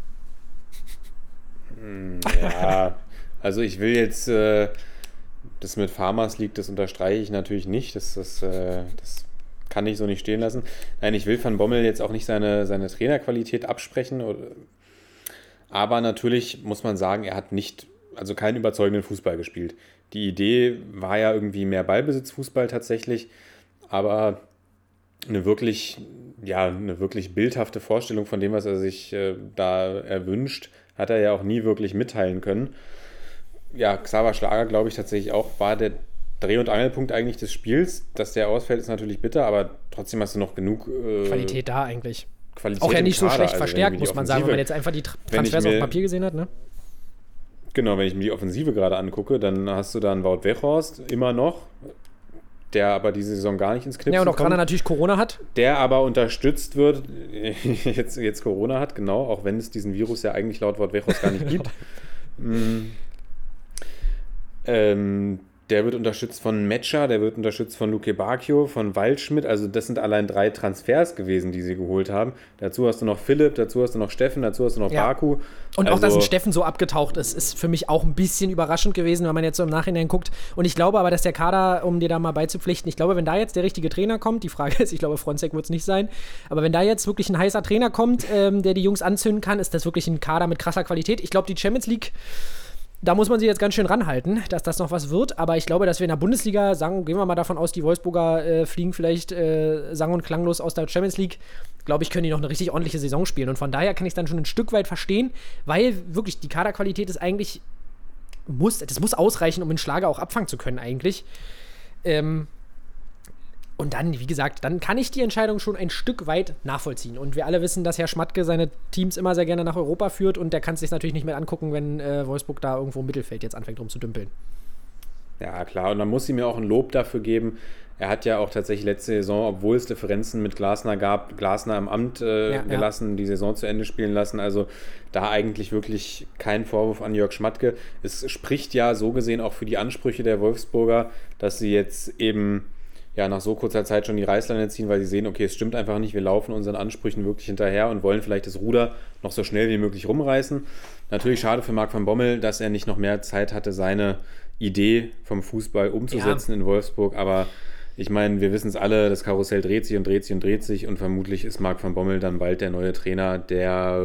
Hm? Ja, also ich will jetzt äh das mit Farmers League, das unterstreiche ich natürlich nicht. Das, das, äh, das kann ich so nicht stehen lassen. Nein, ich will Van Bommel jetzt auch nicht seine, seine Trainerqualität absprechen. Oder, aber natürlich muss man sagen, er hat nicht, also keinen überzeugenden Fußball gespielt. Die Idee war ja irgendwie mehr Ballbesitzfußball tatsächlich, aber eine wirklich, ja, eine wirklich bildhafte Vorstellung von dem, was er sich äh, da erwünscht, hat er ja auch nie wirklich mitteilen können. Ja, Xaver Schlager, glaube ich, tatsächlich auch, war der Dreh- und Angelpunkt eigentlich des Spiels. Dass der ausfällt, ist natürlich bitter, aber trotzdem hast du noch genug äh, Qualität da eigentlich. Qualität auch ja nicht so Kader. schlecht Also, verstärkt, muss man sagen, wenn man jetzt einfach die Transfers auf Papier gesehen hat, ne? Genau, wenn ich mir die Offensive gerade angucke, dann hast du da einen Wout Weghorst, immer noch, der aber diese Saison gar nicht ins Knipsen kommt. Ja, und auch kommt, gerade natürlich Corona hat. Der aber unterstützt wird, jetzt, jetzt Corona hat, genau, auch wenn es diesen Virus ja eigentlich laut Wout Weghorst gar nicht gibt. mm. Ähm, der wird unterstützt von Metscher, der wird unterstützt von Luke Bacchio, von Waldschmidt. Also das sind allein drei Transfers gewesen, die sie geholt haben. Dazu hast du noch Philipp, dazu hast du noch Steffen, dazu hast du noch ja. Baku. Und also, auch, dass ein Steffen so abgetaucht ist, ist für mich auch ein bisschen überraschend gewesen, wenn man jetzt so im Nachhinein guckt. Und ich glaube aber, dass der Kader, um dir da mal beizupflichten, ich glaube, wenn da jetzt der richtige Trainer kommt, die Frage ist, ich glaube, Fronzek wird es nicht sein, aber wenn da jetzt wirklich ein heißer Trainer kommt, ähm, der die Jungs anzünden kann, ist das wirklich ein Kader mit krasser Qualität. Ich glaube, die Champions League, da muss man sich jetzt ganz schön ranhalten, dass das noch was wird. Aber ich glaube, dass wir in der Bundesliga, sagen, gehen wir mal davon aus, die Wolfsburger äh, fliegen vielleicht äh, sang- und klanglos aus der Champions League. Glaube ich, können die noch eine richtig ordentliche Saison spielen. Und von daher kann ich es dann schon ein Stück weit verstehen, weil wirklich die Kaderqualität ist eigentlich, muss, das muss ausreichen, um den Schlager auch abfangen zu können eigentlich. Ähm, Und dann, wie gesagt, dann kann ich die Entscheidung schon ein Stück weit nachvollziehen. Und wir alle wissen, dass Herr Schmatke seine Teams immer sehr gerne nach Europa führt und der kann es sich natürlich nicht mehr angucken, wenn äh, Wolfsburg da irgendwo im Mittelfeld jetzt anfängt rumzudümpeln. Ja, klar. Und man muss ihm ja auch ein Lob dafür geben. Er hat ja auch tatsächlich letzte Saison, obwohl es Differenzen mit Glasner gab, Glasner im Amt äh, ja, gelassen, ja. die Saison zu Ende spielen lassen. Also da eigentlich wirklich kein Vorwurf an Jörg Schmatke. Es spricht ja so gesehen auch für die Ansprüche der Wolfsburger, dass sie jetzt eben ja nach so kurzer Zeit schon die Reißleine ziehen, weil sie sehen, okay, es stimmt einfach nicht, wir laufen unseren Ansprüchen wirklich hinterher und wollen vielleicht das Ruder noch so schnell wie möglich rumreißen. Natürlich schade für Marc van Bommel, dass er nicht noch mehr Zeit hatte, seine Idee vom Fußball umzusetzen ja. in Wolfsburg, aber ich meine, wir wissen es alle, das Karussell dreht sich und dreht sich und dreht sich und vermutlich ist Marc van Bommel dann bald der neue Trainer, der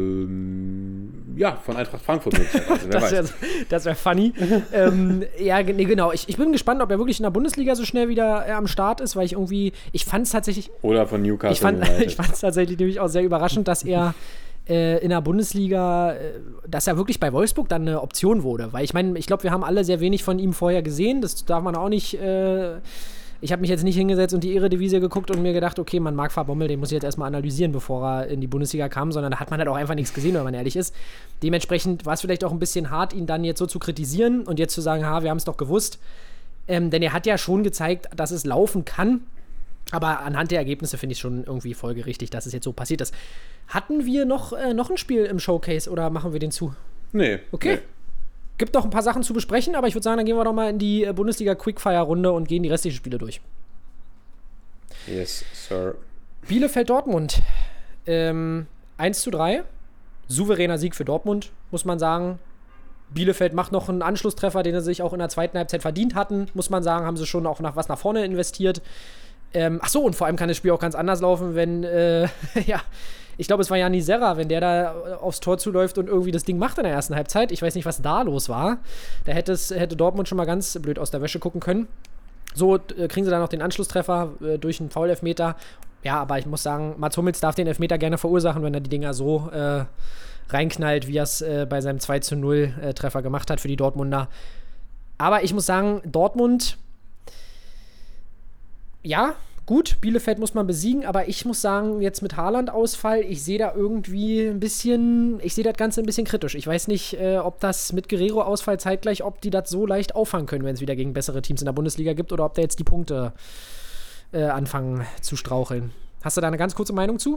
ähm, ja, von Eintracht Frankfurt möglich also, Das wäre wär funny. ähm, ja, nee, genau. Ich, ich bin gespannt, ob er wirklich in der Bundesliga so schnell wieder äh, am Start ist, weil ich irgendwie, ich fand es tatsächlich... Oder von Newcastle Ich fand ich fand es tatsächlich nämlich auch sehr überraschend, dass er äh, in der Bundesliga, äh, dass er wirklich bei Wolfsburg dann eine Option wurde. Weil ich meine, ich glaube, wir haben alle sehr wenig von ihm vorher gesehen. Das darf man auch nicht... Äh, Ich habe mich jetzt nicht hingesetzt und die Eredivisie geguckt und mir gedacht, okay, man mag Van Bommel, den muss ich jetzt erstmal analysieren, bevor er in die Bundesliga kam, sondern da hat man halt auch einfach nichts gesehen, wenn man ehrlich ist. Dementsprechend war es vielleicht auch ein bisschen hart, ihn dann jetzt so zu kritisieren und jetzt zu sagen, ha, wir haben es doch gewusst. Ähm, denn er hat ja schon gezeigt, dass es laufen kann. Aber anhand der Ergebnisse finde ich schon irgendwie folgerichtig, dass es jetzt so passiert ist. Hatten wir noch, äh, noch ein Spiel im Showcase oder machen wir den zu? Nee. Okay. Nee. Gibt noch ein paar Sachen zu besprechen, aber ich würde sagen, dann gehen wir doch mal in die Bundesliga-Quickfire-Runde und gehen die restlichen Spiele durch. Yes, sir. Bielefeld-Dortmund. Ähm, eins zu drei. Souveräner Sieg für Dortmund, muss man sagen. Bielefeld macht noch einen Anschlusstreffer, den sie sich auch in der zweiten Halbzeit verdient hatten, muss man sagen. Haben sie schon auch nach was nach vorne investiert. Ähm, ach so, und vor allem kann das Spiel auch ganz anders laufen, wenn, äh, ja, ich glaube, es war Jani Serra, wenn der da aufs Tor zuläuft und irgendwie das Ding macht in der ersten Halbzeit. Ich weiß nicht, was da los war. Da hätte, es, hätte Dortmund schon mal ganz blöd aus der Wäsche gucken können. So äh, kriegen sie dann noch den Anschlusstreffer äh, durch einen Foul-Elfmeter. Ja, aber ich muss sagen, Mats Hummels darf den Elfmeter gerne verursachen, wenn er die Dinger so äh, reinknallt, wie er es äh, bei seinem zwei zu null Treffer gemacht hat für die Dortmunder. Aber ich muss sagen, Dortmund, ja, gut, Bielefeld muss man besiegen, aber ich muss sagen, jetzt mit Haaland-Ausfall, ich sehe da irgendwie ein bisschen, ich sehe das Ganze ein bisschen kritisch. Ich weiß nicht, äh, ob das mit Guerrero-Ausfall zeitgleich, ob die das so leicht auffangen können, wenn es wieder gegen bessere Teams in der Bundesliga gibt, oder ob da jetzt die Punkte äh, anfangen zu straucheln. Hast du da eine ganz kurze Meinung zu?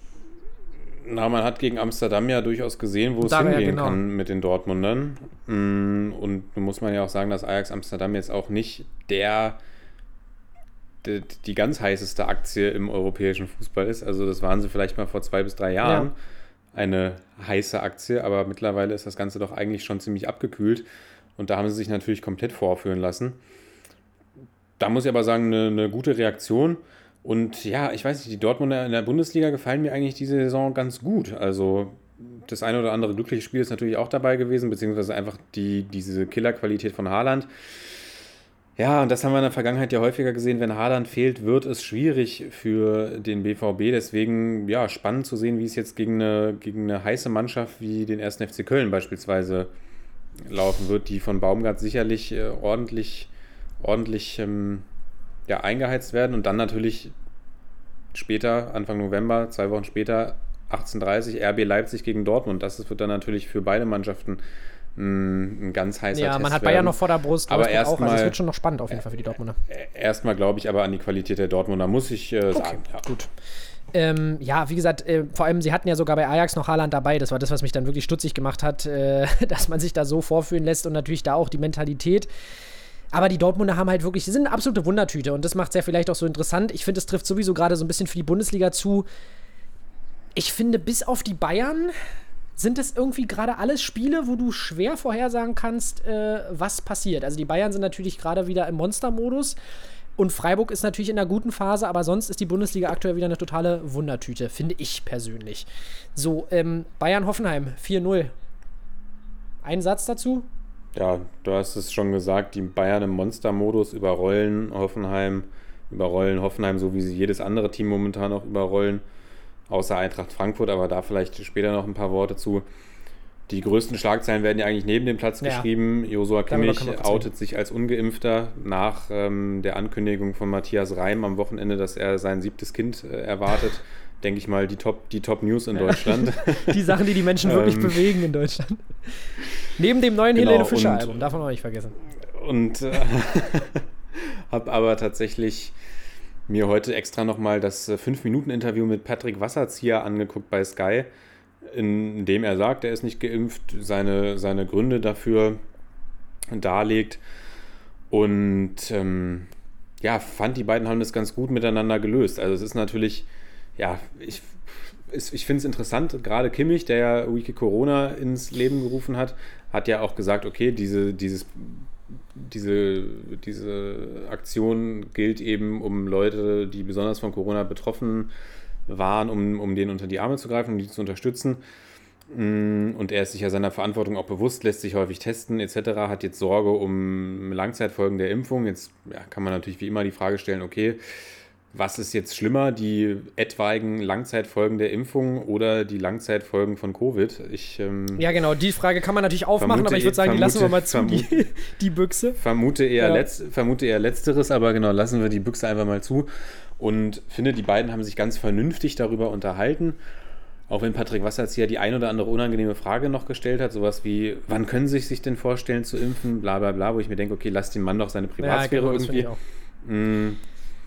Na, man hat gegen Amsterdam ja durchaus gesehen, wo es Da, ja, hingehen genau. kann mit den Dortmundern. Und nun muss man ja auch sagen, dass Ajax Amsterdam jetzt auch nicht der die, die ganz heißeste Aktie im europäischen Fußball ist. Also das waren sie vielleicht mal vor zwei bis drei Jahren, ja. Eine heiße Aktie, aber mittlerweile ist das Ganze doch eigentlich schon ziemlich abgekühlt und da haben sie sich natürlich komplett vorführen lassen. Da muss ich aber sagen, eine, eine gute Reaktion und ja, ich weiß nicht, die Dortmunder in der Bundesliga gefallen mir eigentlich diese Saison ganz gut. Also das eine oder andere glückliche Spiel ist natürlich auch dabei gewesen, beziehungsweise einfach die, diese Killerqualität von Haaland. Ja, und das haben wir in der Vergangenheit ja häufiger gesehen. Wenn Haaland fehlt, wird es schwierig für den B V B. Deswegen, ja, spannend zu sehen, wie es jetzt gegen eine, gegen eine heiße Mannschaft wie den ersten F C Köln beispielsweise laufen wird, die von Baumgart sicherlich äh, ordentlich, ordentlich ähm, ja, eingeheizt werden. Und dann natürlich später, Anfang November, zwei Wochen später, achtzehn Uhr dreißig, R B Leipzig gegen Dortmund. Das wird dann natürlich für beide Mannschaften ein ganz heißer Ja, Test man hat werden. Bayern noch vor der Brust, aber Wolfsburg auch, erstmal, also es wird schon noch spannend auf jeden Fall für die Dortmunder. Erstmal glaube ich aber an die Qualität der Dortmunder, muss ich äh, Okay, sagen. Ja. gut. Ähm, ja, wie gesagt, äh, vor allem, sie hatten ja sogar bei Ajax noch Haaland dabei. Das war das, was mich dann wirklich stutzig gemacht hat, äh, dass man sich da so vorführen lässt und natürlich da auch die Mentalität. Aber die Dortmunder haben halt wirklich, sie sind eine absolute Wundertüte und das macht es ja vielleicht auch so interessant. Ich finde, es trifft sowieso gerade so ein bisschen für die Bundesliga zu. Ich finde, bis auf die Bayern sind es irgendwie gerade alles Spiele, wo du schwer vorhersagen kannst, äh, was passiert. Also die Bayern sind natürlich gerade wieder im Monstermodus und Freiburg ist natürlich in einer guten Phase, aber sonst ist die Bundesliga aktuell wieder eine totale Wundertüte, finde ich persönlich. So, ähm, Bayern-Hoffenheim, vier null. Ein Satz dazu? Ja, du hast es schon gesagt, die Bayern im Monstermodus überrollen Hoffenheim, überrollen Hoffenheim, so wie sie jedes andere Team momentan auch überrollen. Außer Eintracht Frankfurt, aber da vielleicht später noch ein paar Worte zu. Die größten Schlagzeilen werden ja eigentlich neben dem Platz ja. geschrieben. Joshua Kimmich outet reden. sich als Ungeimpfter nach ähm, der Ankündigung von Matthias Reim am Wochenende, dass er sein siebtes Kind äh, erwartet. Denke ich mal, die Top, die Top News in Deutschland. Die Sachen, die die Menschen wirklich ähm, bewegen in Deutschland. Neben dem neuen genau, Helene Fischer-Album, darf man auch nicht vergessen. Und äh, habe aber tatsächlich mir heute extra nochmal das fünf Minuten Interview mit Patrick Wasserzieher angeguckt bei Sky, in dem er sagt, er ist nicht geimpft, seine, seine Gründe dafür darlegt. Und ähm, ja, fand, die beiden haben das ganz gut miteinander gelöst. Also es ist natürlich, ja, ich, ich finde es interessant, gerade Kimmich, der ja Wiki Corona ins Leben gerufen hat, hat ja auch gesagt, okay, diese, dieses Diese, diese Aktion gilt eben, um Leute, die besonders von Corona betroffen waren, um, um denen unter die Arme zu greifen, um die zu unterstützen. Und er ist sich ja seiner Verantwortung auch bewusst, lässt sich häufig testen et cetera, hat jetzt Sorge um Langzeitfolgen der Impfung. Jetzt ja, kann man natürlich wie immer die Frage stellen, okay, was ist jetzt schlimmer, die etwaigen Langzeitfolgen der Impfung oder die Langzeitfolgen von Covid? Ich, ähm, ja, genau, die Frage kann man natürlich aufmachen, vermute, aber ich würde sagen, vermute, die lassen wir mal zu, vermute, die, die Büchse. Vermute eher, ja. letzt, vermute eher Letzteres, aber genau, lassen wir die Büchse einfach mal zu. Und finde, die beiden haben sich ganz vernünftig darüber unterhalten. Auch wenn Patrick Wasserzieher die ein oder andere unangenehme Frage noch gestellt hat, sowas wie, wann können Sie sich denn vorstellen zu impfen, bla bla bla, wo ich mir denke, okay, lass den Mann doch seine Privatsphäre ja, genau, irgendwie. Mm,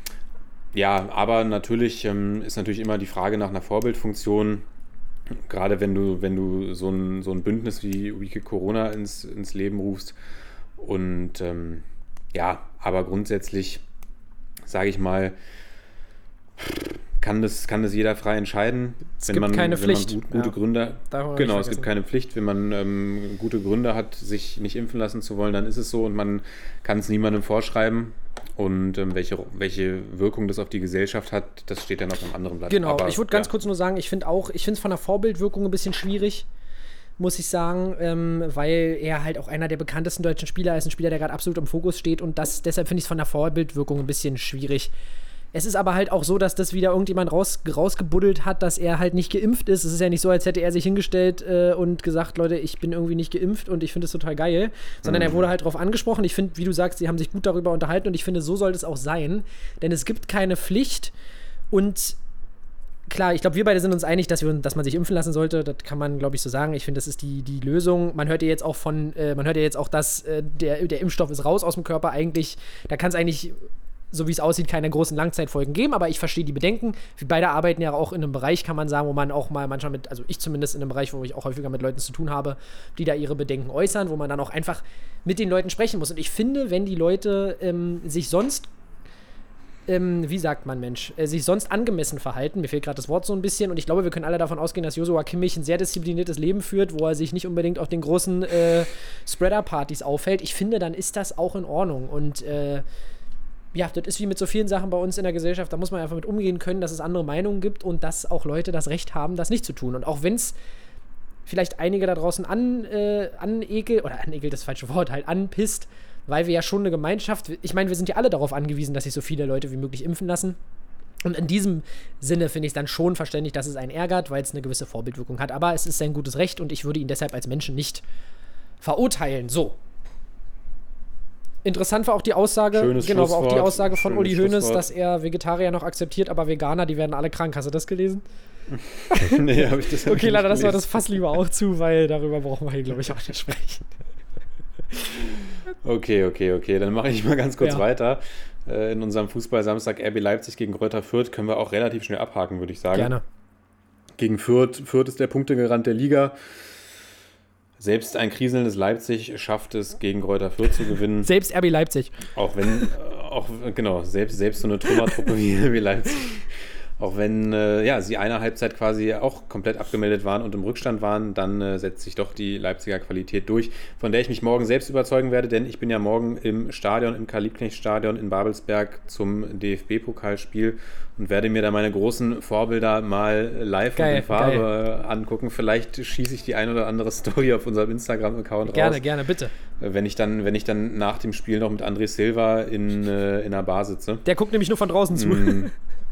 ja, aber natürlich ähm, ist natürlich immer die Frage nach einer Vorbildfunktion, gerade wenn du, wenn du so ein, so ein Bündnis wie Wiki Corona ins, ins Leben rufst. Und ähm, ja, aber grundsätzlich, sage ich mal, kann das, kann das jeder frei entscheiden. Es wenn gibt man, keine wenn Pflicht. Man gut, gute ja. Gründe, genau, es gibt vergessen. keine Pflicht. Wenn man ähm, gute Gründe hat, sich nicht impfen lassen zu wollen, dann ist es so und man kann es niemandem vorschreiben. Und ähm, welche, welche Wirkung das auf die Gesellschaft hat, das steht dann auf einem anderen Blatt. Genau, Aber, ich würde ganz ja. kurz nur sagen, ich finde auch, ich finde es von der Vorbildwirkung ein bisschen schwierig, muss ich sagen, ähm, weil er halt auch einer der bekanntesten deutschen Spieler ist, ein Spieler, der gerade absolut im Fokus steht und das, deshalb finde ich es von der Vorbildwirkung ein bisschen schwierig. Es ist aber halt auch so, dass das wieder irgendjemand raus, rausgebuddelt hat, dass er halt nicht geimpft ist. Es ist ja nicht so, als hätte er sich hingestellt äh, und gesagt, Leute, ich bin irgendwie nicht geimpft und ich finde es total geil. Sondern mhm. er wurde halt drauf angesprochen. Ich finde, wie du sagst, sie haben sich gut darüber unterhalten und ich finde, so sollte es auch sein. Denn es gibt keine Pflicht und klar, ich glaube, wir beide sind uns einig, dass, wir, dass man sich impfen lassen sollte. Das kann man, glaube ich, so sagen. Ich finde, das ist die, die Lösung. Man hört ja jetzt auch von, äh, man hört ja jetzt auch, dass äh, der, der Impfstoff ist raus aus dem Körper. Eigentlich, da kann es eigentlich, so wie es aussieht, keine großen Langzeitfolgen geben. Aber ich verstehe die Bedenken. Wir beide arbeiten ja auch in einem Bereich, kann man sagen, wo man auch mal manchmal mit, also ich zumindest in einem Bereich, wo ich auch häufiger mit Leuten zu tun habe, die da ihre Bedenken äußern, wo man dann auch einfach mit den Leuten sprechen muss. Und ich finde, wenn die Leute ähm, sich sonst Ähm, wie sagt man, Mensch, äh, sich sonst angemessen verhalten. Mir fehlt gerade das Wort so ein bisschen. Und ich glaube, wir können alle davon ausgehen, dass Joshua Kimmich ein sehr diszipliniertes Leben führt, wo er sich nicht unbedingt auf den großen äh, Spreader-Partys aufhält. Ich finde, dann ist das auch in Ordnung. Und äh, ja, das ist wie mit so vielen Sachen bei uns in der Gesellschaft. Da muss man einfach mit umgehen können, dass es andere Meinungen gibt und dass auch Leute das Recht haben, das nicht zu tun. Und auch wenn es vielleicht einige da draußen an, äh, anekelt, oder anekelt das falsche Wort, halt anpisst, weil wir ja schon eine Gemeinschaft, ich meine, wir sind ja alle darauf angewiesen, dass sich so viele Leute wie möglich impfen lassen. Und in diesem Sinne finde ich es dann schon verständlich, dass es einen ärgert, weil es eine gewisse Vorbildwirkung hat. Aber es ist sein gutes Recht und ich würde ihn deshalb als Menschen nicht verurteilen. So. Interessant war auch die Aussage, Schönes genau, war auch die Aussage von Schönes Uli Hoeneß, Schlusswort. dass er Vegetarier noch akzeptiert, aber Veganer, die werden alle krank. Hast du das gelesen? Nee, habe ich das hab Okay, ich leider, nicht lassen wir gelesen. das Fass lieber auch zu, weil darüber brauchen wir hier, glaube ich, auch nicht sprechen. Okay, okay, okay. Dann mache ich mal ganz kurz Ja. weiter. Äh, in unserem Fußball-Samstag R B Leipzig gegen Greuther Fürth können wir auch relativ schnell abhaken, würde ich sagen. Gerne. Gegen Fürth. Fürth ist der Punktegarant der Liga. Selbst ein kriselndes Leipzig schafft es, gegen Greuther Fürth zu gewinnen. Selbst R B Leipzig. Auch wenn, äh, auch, genau, selbst, selbst so eine Trümmertruppe wie, wie Leipzig. Auch wenn äh, ja, sie eine Halbzeit quasi auch komplett abgemeldet waren und im Rückstand waren, dann äh, setzt sich doch die Leipziger Qualität durch, von der ich mich morgen selbst überzeugen werde, denn ich bin ja morgen im Stadion, im Karl-Liebknecht-Stadion in Babelsberg zum D F B-Pokalspiel und werde mir da meine großen Vorbilder mal live Geil, und in Farbe äh, angucken. Vielleicht schieße ich die ein oder andere Story auf unserem Instagram-Account raus. Gerne, gerne, bitte. Wenn ich dann, wenn ich dann nach dem Spiel noch mit André Silva in, äh, in einer Bar sitze. Der guckt nämlich nur von draußen zu. Mm.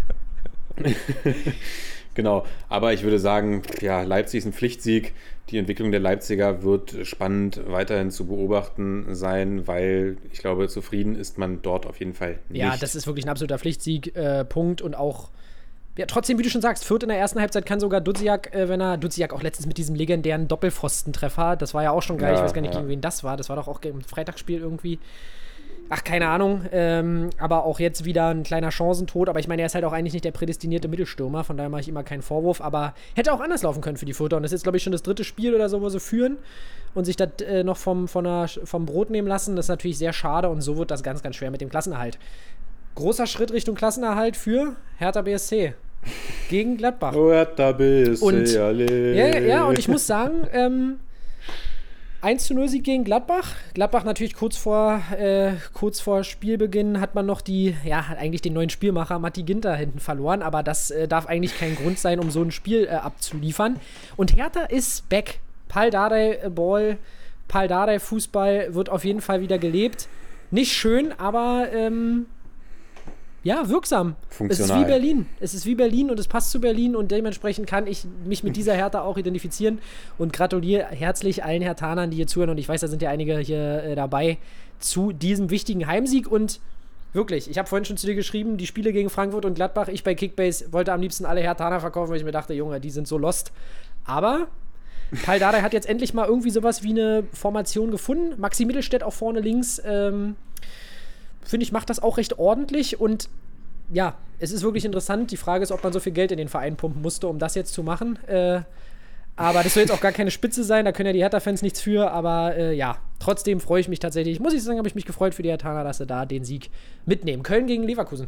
Genau, aber ich würde sagen, ja, Leipzig ist ein Pflichtsieg. Die Entwicklung der Leipziger wird spannend weiterhin zu beobachten sein, weil ich glaube, zufrieden ist man dort auf jeden Fall nicht. Ja, das ist wirklich ein absoluter Pflichtsieg, äh, Punkt. Und auch, ja, trotzdem, wie du schon sagst, Fürth in der ersten Halbzeit kann sogar Duziak, äh, wenn er, Duziak auch letztens mit diesem legendären Doppelpfostentreffer, das war ja auch schon geil, Ja, ich weiß gar nicht, ja. gegen wen das war, das war doch auch im Freitagsspiel irgendwie. Ach, keine Ahnung, ähm, aber auch jetzt wieder ein kleiner Chancentod, aber ich meine, er ist halt auch eigentlich nicht der prädestinierte Mittelstürmer, von daher mache ich immer keinen Vorwurf, aber hätte auch anders laufen können für die Fürther und das ist jetzt, glaube ich, schon das dritte Spiel oder so, wo sie führen und sich das äh, noch vom, von der, vom Brot nehmen lassen, das ist natürlich sehr schade und so wird das ganz, ganz schwer mit dem Klassenerhalt. Großer Schritt Richtung Klassenerhalt für Hertha B S C gegen Gladbach. Oh, Hertha B S C, Und- alle. Ja, ja, und ich muss sagen, ähm, eins zu null Sieg gegen Gladbach. Gladbach natürlich kurz vor, äh, kurz vor Spielbeginn hat man noch die, ja, hat eigentlich den neuen Spielmacher Matti Ginter hinten verloren, aber das äh, darf eigentlich kein Grund sein, um so ein Spiel äh, abzuliefern. Und Hertha ist back. Pal Dardai äh, Ball, Pal Dardai Fußball wird auf jeden Fall wieder gelebt. Nicht schön, aber ähm, ja, wirksam. Es ist Funktional. wie Berlin. Es ist wie Berlin und es passt zu Berlin und dementsprechend kann ich mich mit dieser Hertha auch identifizieren und gratuliere herzlich allen Herthanern, die hier zuhören und ich weiß, da sind ja einige hier äh, dabei, zu diesem wichtigen Heimsieg und wirklich, ich habe vorhin schon zu dir geschrieben, die Spiele gegen Frankfurt und Gladbach, ich bei Kickbase wollte am liebsten alle Herthaner verkaufen, weil ich mir dachte, Junge, die sind so lost. Aber Pal Dardai hat jetzt endlich mal irgendwie sowas wie eine Formation gefunden. Maxi Mittelstädt auch vorne links, ähm, finde ich, macht das auch recht ordentlich und ja, es ist wirklich interessant. Die Frage ist, ob man so viel Geld in den Verein pumpen musste, um das jetzt zu machen. Äh, aber das soll jetzt auch gar keine Spitze sein, da können ja die Hertha-Fans nichts für, aber äh, ja, trotzdem freue ich mich tatsächlich, muss ich sagen, habe ich mich gefreut für die Herthaner, dass sie da den Sieg mitnehmen. Köln gegen Leverkusen.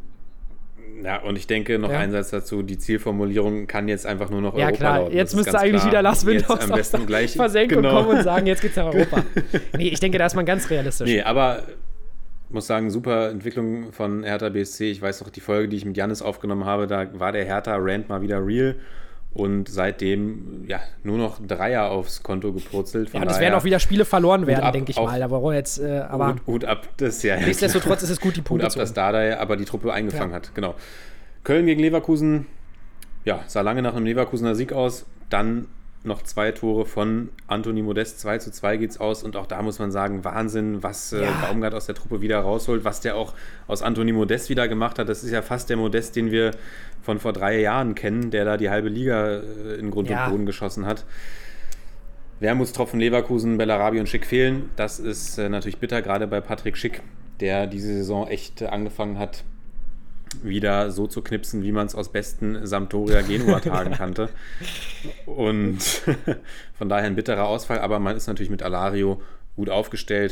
Ja, und ich denke, noch Ja. ein Satz dazu, die Zielformulierung kann jetzt einfach nur noch Ja Europa klar, lauten. jetzt Das ist müsste ganz eigentlich klar. wieder Lars Jetzt Windhaus am aus besten der gleich Versenkung genau. kommen und sagen, jetzt geht's nach Europa. Nee, ich denke, da ist man ganz realistisch. Nee, aber muss sagen, super Entwicklung von Hertha B S C. Ich weiß noch, die Folge, die ich mit Jannis aufgenommen habe, da war der Hertha-Rant mal wieder real. und seitdem ja nur noch Dreier aufs Konto gepurzelt. Ja, und es werden auch wieder Spiele verloren werden, denke ich auch, mal. Da brauchen wir jetzt, äh, aber Hut, Hut ab, das ja. Nichtsdestotrotz ist es gut, die Punkte Hut ab, zu dass Dardai aber die Truppe eingefangen ja. hat. Genau. Köln gegen Leverkusen, ja, sah lange nach einem Leverkusener Sieg aus. Dann noch zwei Tore von Anthony Modest, zwei zu zwei geht's aus. Und auch da muss man sagen, Wahnsinn, was äh, Ja. Baumgart aus der Truppe wieder rausholt, was der auch aus Anthony Modest wieder gemacht hat. Das ist ja fast der Modest, den wir von vor drei Jahren kennen, der da die halbe Liga äh, in Grund Ja. und Boden geschossen hat. Wermutstropfen Leverkusen, Bellarabi und Schick fehlen. Das ist äh, natürlich bitter, gerade bei Patrick Schick, der diese Saison echt äh, angefangen hat, wieder so zu knipsen, wie man es aus besten Sampdoria-Genua-Tagen kannte. Und von daher ein bitterer Ausfall, aber man ist natürlich mit Alario gut aufgestellt.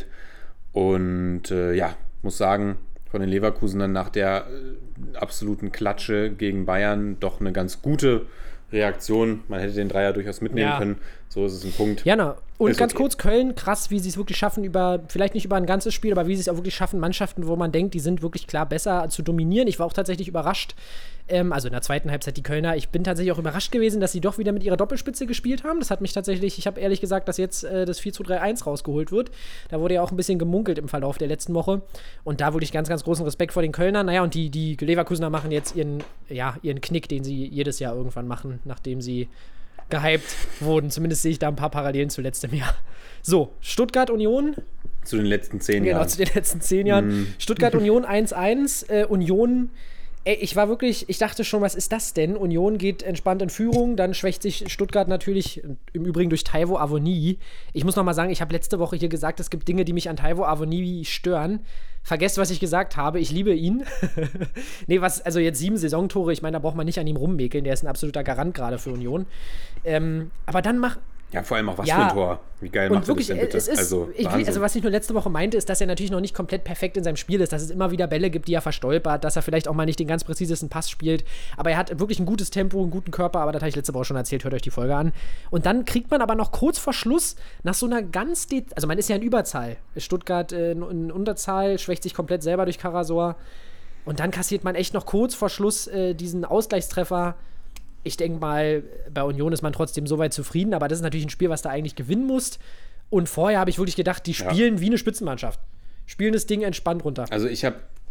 Und äh, ja, muss sagen, von den Leverkusenern nach der äh, absoluten Klatsche gegen Bayern doch eine ganz gute Reaktion. Man hätte den Dreier durchaus mitnehmen Ja. können. So ist es ein Punkt. Jana, und Ist ganz okay. kurz, Köln, krass, wie sie es wirklich schaffen, über, vielleicht nicht über ein ganzes Spiel, aber wie sie es auch wirklich schaffen, Mannschaften, wo man denkt, die sind wirklich klar besser zu dominieren. Ich war auch tatsächlich überrascht, ähm, also in der zweiten Halbzeit die Kölner, ich bin tatsächlich auch überrascht gewesen, dass sie doch wieder mit ihrer Doppelspitze gespielt haben. Das hat mich tatsächlich, ich habe ehrlich gesagt, dass jetzt äh, das vier zu drei eins rausgeholt wird. Da wurde ja auch ein bisschen gemunkelt im Verlauf der letzten Woche. Und da wurde ich ganz, ganz großen Respekt vor den Kölnern. Naja, und die, die Leverkusener machen jetzt ihren, ja, ihren Knick, den sie jedes Jahr irgendwann machen, nachdem sie gehypt wurden. Zumindest sehe ich da ein paar Parallelen zu letztem Jahr. So, Stuttgart-Union. Zu den letzten zehn Genau, Jahren. zu den letzten zehn Jahren. Mm. Stuttgart-Union eins eins. Äh, Union, ey, ich war wirklich, ich dachte schon, was ist das denn? Union geht entspannt in Führung, dann schwächt sich Stuttgart natürlich, im Übrigen durch Taiwo Avoni. Ich muss noch mal sagen, ich habe letzte Woche hier gesagt, es gibt Dinge, die mich an Taiwo Avoni stören. Vergesst, was ich gesagt habe. Ich liebe ihn. Nee, was, also jetzt sieben Saisontore, ich meine, da braucht man nicht an ihm rummäkeln. Der ist ein absoluter Garant gerade für Union. Ähm, aber dann mach. Ja, vor allem auch was Ja. für ein Tor. Wie geil Und macht er das wirklich, denn bitte? es ist, also, ich will, Wahnsinn. also was ich nur letzte Woche meinte, ist, dass er natürlich noch nicht komplett perfekt in seinem Spiel ist, dass es immer wieder Bälle gibt, die er verstolpert, dass er vielleicht auch mal nicht den ganz präzisesten Pass spielt, aber er hat wirklich ein gutes Tempo, einen guten Körper, aber das habe ich letzte Woche schon erzählt, hört euch die Folge an. Und dann kriegt man aber noch kurz vor Schluss nach so einer ganz, de- also man ist ja in Überzahl, Stuttgart äh, in, in Unterzahl, schwächt sich komplett selber durch Karasor und dann kassiert man echt noch kurz vor Schluss äh, diesen Ausgleichstreffer. Ich denke mal, bei Union ist man trotzdem soweit zufrieden, aber das ist natürlich ein Spiel, was da eigentlich gewinnen muss. Und vorher habe ich wirklich gedacht, die spielen ja. wie eine Spitzenmannschaft. Spielen das Ding entspannt runter. Also ich habe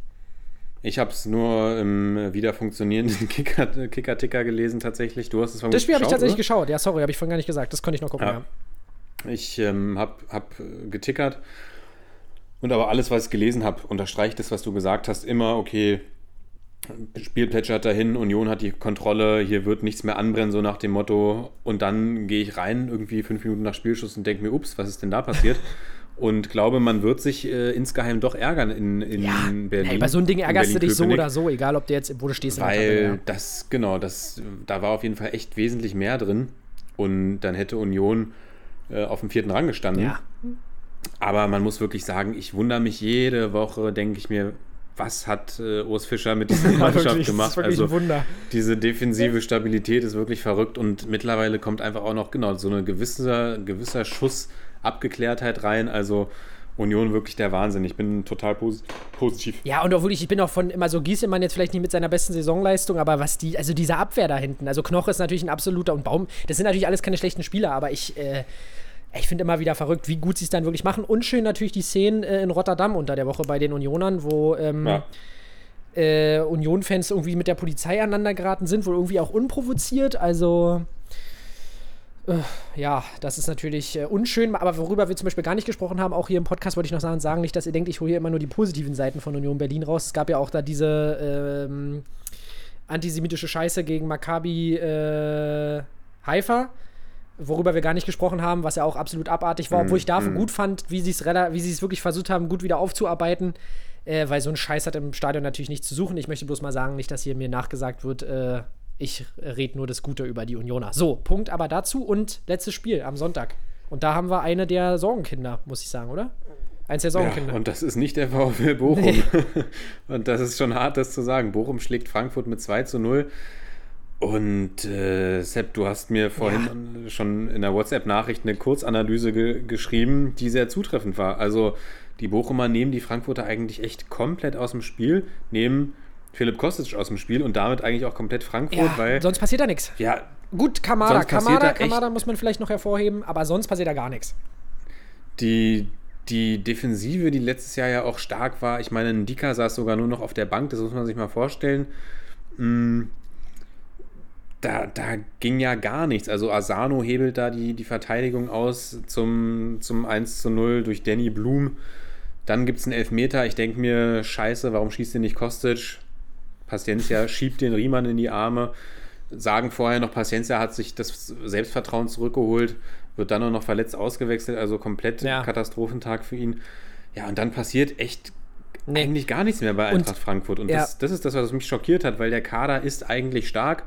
ich habe es nur im wieder funktionierenden Kicker, Kicker-Ticker gelesen tatsächlich. Du hast es Das Spiel habe ich tatsächlich oder? geschaut. Ja, sorry, habe ich vorhin gar nicht gesagt. Das konnte ich noch gucken, ja. ja. Ich ähm, habe hab getickert und aber alles, was ich gelesen habe, unterstreicht das, was du gesagt hast, immer, okay, Spiel plätschert dahin, Union hat die Kontrolle, hier wird nichts mehr anbrennen, so nach dem Motto. Und dann gehe ich rein, irgendwie fünf Minuten nach Spielschluss und denke mir, ups, was ist denn da passiert? Und glaube, man wird sich äh, insgeheim doch ärgern in, in ja. Berlin. Hey, bei so einem Ding ärgerst du dich so Berlin-Köpenick. oder so, egal ob du jetzt, wo du stehst. Weil in der Tabelle, ja. das, genau, das, da war auf jeden Fall echt wesentlich mehr drin. Und dann hätte Union äh, auf dem vierten Rang gestanden. Ja. Aber man muss wirklich sagen, ich wundere mich jede Woche, denke ich mir, was hat äh, Urs Fischer mit dieser Mannschaft wirklich, gemacht? Das ist wirklich also ein Wunder. diese defensive Stabilität ist wirklich verrückt und mittlerweile kommt einfach auch noch genau so eine gewisse gewisser Schuss Abgeklärtheit rein. Also Union wirklich der Wahnsinn. Ich bin total pos- positiv. Ja, und auch wirklich, ich bin auch von immer so Giesemann jetzt vielleicht nicht mit seiner besten Saisonleistung, aber was die, also diese Abwehr da hinten, also Knoche ist natürlich ein absoluter und Baum, das sind natürlich alles keine schlechten Spieler, aber ich, äh, ich finde immer wieder verrückt, wie gut sie es dann wirklich machen. Und schön natürlich die Szenen äh, in Rotterdam unter der Woche bei den Unionern, wo ähm, Ja. äh, Union-Fans irgendwie mit der Polizei aneinander geraten sind, wohl irgendwie auch unprovoziert. Also, äh, ja, das ist natürlich äh, unschön. Aber worüber wir zum Beispiel gar nicht gesprochen haben, auch hier im Podcast wollte ich noch sagen, sagen nicht, dass ihr denkt, ich hole hier immer nur die positiven Seiten von Union Berlin raus. Es gab ja auch da diese ähm, antisemitische Scheiße gegen Maccabi äh, Haifa, worüber wir gar nicht gesprochen haben, was ja auch absolut abartig war, obwohl ich dafür mm. gut fand, wie sie es rela- wie sie es wirklich versucht haben, gut wieder aufzuarbeiten, äh, weil so ein Scheiß hat im Stadion natürlich nichts zu suchen. Ich möchte bloß mal sagen, nicht, dass hier mir nachgesagt wird, äh, ich rede nur das Gute über die Unioner. So, Punkt aber dazu und letztes Spiel am Sonntag. Und da haben wir eine der Sorgenkinder, muss ich sagen, oder? Eins der Sorgenkinder. Ja, und das ist nicht der VfL Bochum. Nee. Und das ist schon hart, das zu sagen. Bochum schlägt Frankfurt mit zwei zu null. Und äh, Sepp, du hast mir vorhin ja. schon in der WhatsApp-Nachricht eine Kurzanalyse ge- geschrieben, die sehr zutreffend war. Also die Bochumer nehmen die Frankfurter eigentlich echt komplett aus dem Spiel, nehmen Philipp Kostic aus dem Spiel und damit eigentlich auch komplett Frankfurt, Ja, weil sonst passiert da nichts. ja, Gut, Kamada, Sonst passiert Kamada, da echt- Kamada muss man vielleicht noch hervorheben, aber sonst passiert da gar nichts. Die, die Defensive, die letztes Jahr ja auch stark war, ich meine, Ndika saß sogar nur noch auf der Bank, das muss man sich mal vorstellen. Mm, Da, da ging ja gar nichts. Also Asano hebelt da die, die Verteidigung aus zum, zum eins zu null durch Danny Blum. Dann gibt es einen Elfmeter. Ich denke mir, scheiße, warum schießt den nicht Kostic? Paciencia schiebt den Riemann in die Arme. Sagen vorher noch, Paciencia hat sich das Selbstvertrauen zurückgeholt, wird dann auch noch verletzt ausgewechselt, also komplett Ja. Katastrophentag für ihn. Ja, und dann passiert echt Nee. eigentlich gar nichts mehr bei Eintracht Und- Frankfurt. Und ja. das, das ist das, was mich schockiert hat, weil der Kader ist eigentlich stark.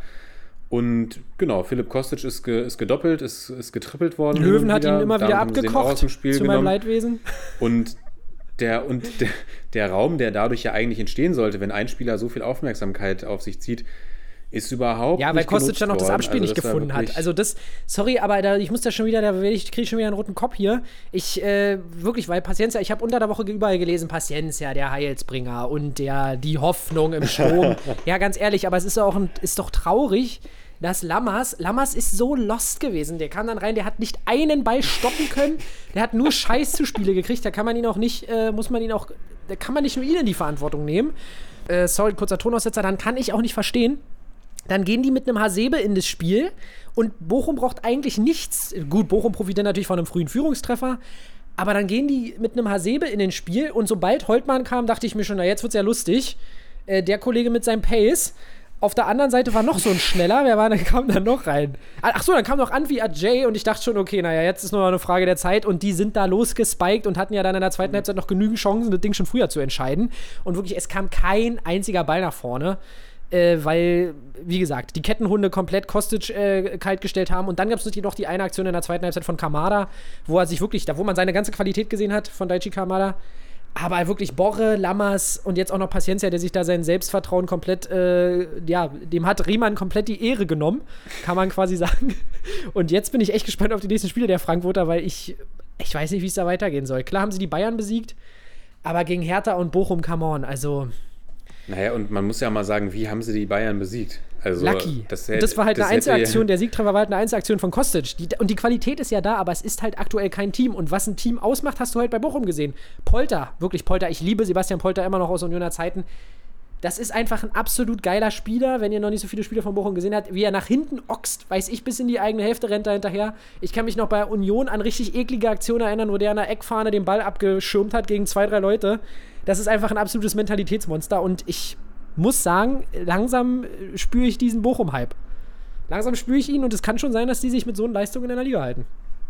Und genau, Philipp Kostic ist, ge, ist gedoppelt, ist, ist getrippelt worden. Löwen hin und hat ihn immer wieder Damit haben sie den auch abgekocht, aus dem Spiel zu meinem genommen. Leidwesen. Und der, und der, der Raum, der dadurch ja eigentlich entstehen sollte, wenn ein Spieler so viel Aufmerksamkeit auf sich zieht, ist überhaupt Ja, weil nicht Kostic genutzt dann noch das worden. Abspiel Also nicht das war gefunden hat. wirklich- Also das, sorry, aber da, ich muss da schon wieder, da werde ich kriege schon wieder einen roten Kopf hier. Ich, äh, wirklich, weil Paciencia, ich habe unter der Woche überall gelesen, Paciencia, der Heilsbringer und der, die Hoffnung im Sturm. Ja, ganz ehrlich, aber es ist auch ein, ist doch traurig, dass Lammers, Lammers ist so lost gewesen. Der kam dann rein, der hat nicht einen Ball stoppen können, der hat nur Scheiß zu Spiele gekriegt, da kann man ihn auch nicht, äh, muss man ihn auch, da kann man nicht nur ihn in die Verantwortung nehmen. Äh, sorry, kurzer Tonaussetzer, dann kann ich auch nicht verstehen. Dann gehen die mit einem Hasebe in das Spiel und Bochum braucht eigentlich nichts. Gut, Bochum profitiert natürlich von einem frühen Führungstreffer, aber dann gehen die mit einem Hasebe in den Spiel und sobald Holtmann kam, dachte ich mir schon, na jetzt wird's ja lustig. Äh, der Kollege mit seinem Pace. Auf der anderen Seite war noch so ein Schneller, wer war, dann kam dann noch rein. Ach so, dann kam noch Anvi Ajay und ich dachte schon, okay, naja, jetzt ist nur noch eine Frage der Zeit und die sind da losgespiked und hatten ja dann in der zweiten Halbzeit noch genügend Chancen, das Ding schon früher zu entscheiden. Und wirklich, es kam kein einziger Ball nach vorne. Äh, weil, wie gesagt, die Kettenhunde komplett Kostic äh, kaltgestellt haben. Und dann gab es natürlich noch die eine Aktion in der zweiten Halbzeit von Kamada, wo er sich wirklich, da wo man seine ganze Qualität gesehen hat von Daichi Kamada. Aber wirklich Borre, Lammers und jetzt auch noch Paciencia, der sich da sein Selbstvertrauen komplett, äh, ja, dem hat Riemann komplett die Ehre genommen, kann man quasi sagen. Und jetzt bin ich echt gespannt auf die nächsten Spiele der Frankfurter, weil ich, ich weiß nicht, wie es da weitergehen soll. Klar haben sie die Bayern besiegt, aber gegen Hertha und Bochum, come on, also Naja, und man muss ja mal sagen, wie haben sie die Bayern besiegt? Also, Lucky. Das, Und das war halt eine hätte- Einzelaktion, der Siegtreffer war halt eine Einzelaktion von Kostic. Die, und die Qualität ist ja da, aber es ist halt aktuell kein Team. Und was ein Team ausmacht, hast du halt bei Bochum gesehen. Polter, wirklich Polter. Ich liebe Sebastian Polter immer noch aus Unioner Zeiten. Das ist einfach ein absolut geiler Spieler, wenn ihr noch nicht so viele Spiele von Bochum gesehen habt. Wie er nach hinten oxt, weiß ich, bis in die eigene Hälfte rennt da hinterher. Ich kann mich noch bei Union an richtig eklige Aktionen erinnern, wo der an der Eckfahne den Ball abgeschirmt hat gegen zwei, drei Leute. Das ist einfach ein absolutes Mentalitätsmonster. Und ich muss sagen, langsam äh, spüre ich diesen Bochum-Hype. Langsam spüre ich ihn und es kann schon sein, dass die sich mit so einer Leistung in der Liga halten.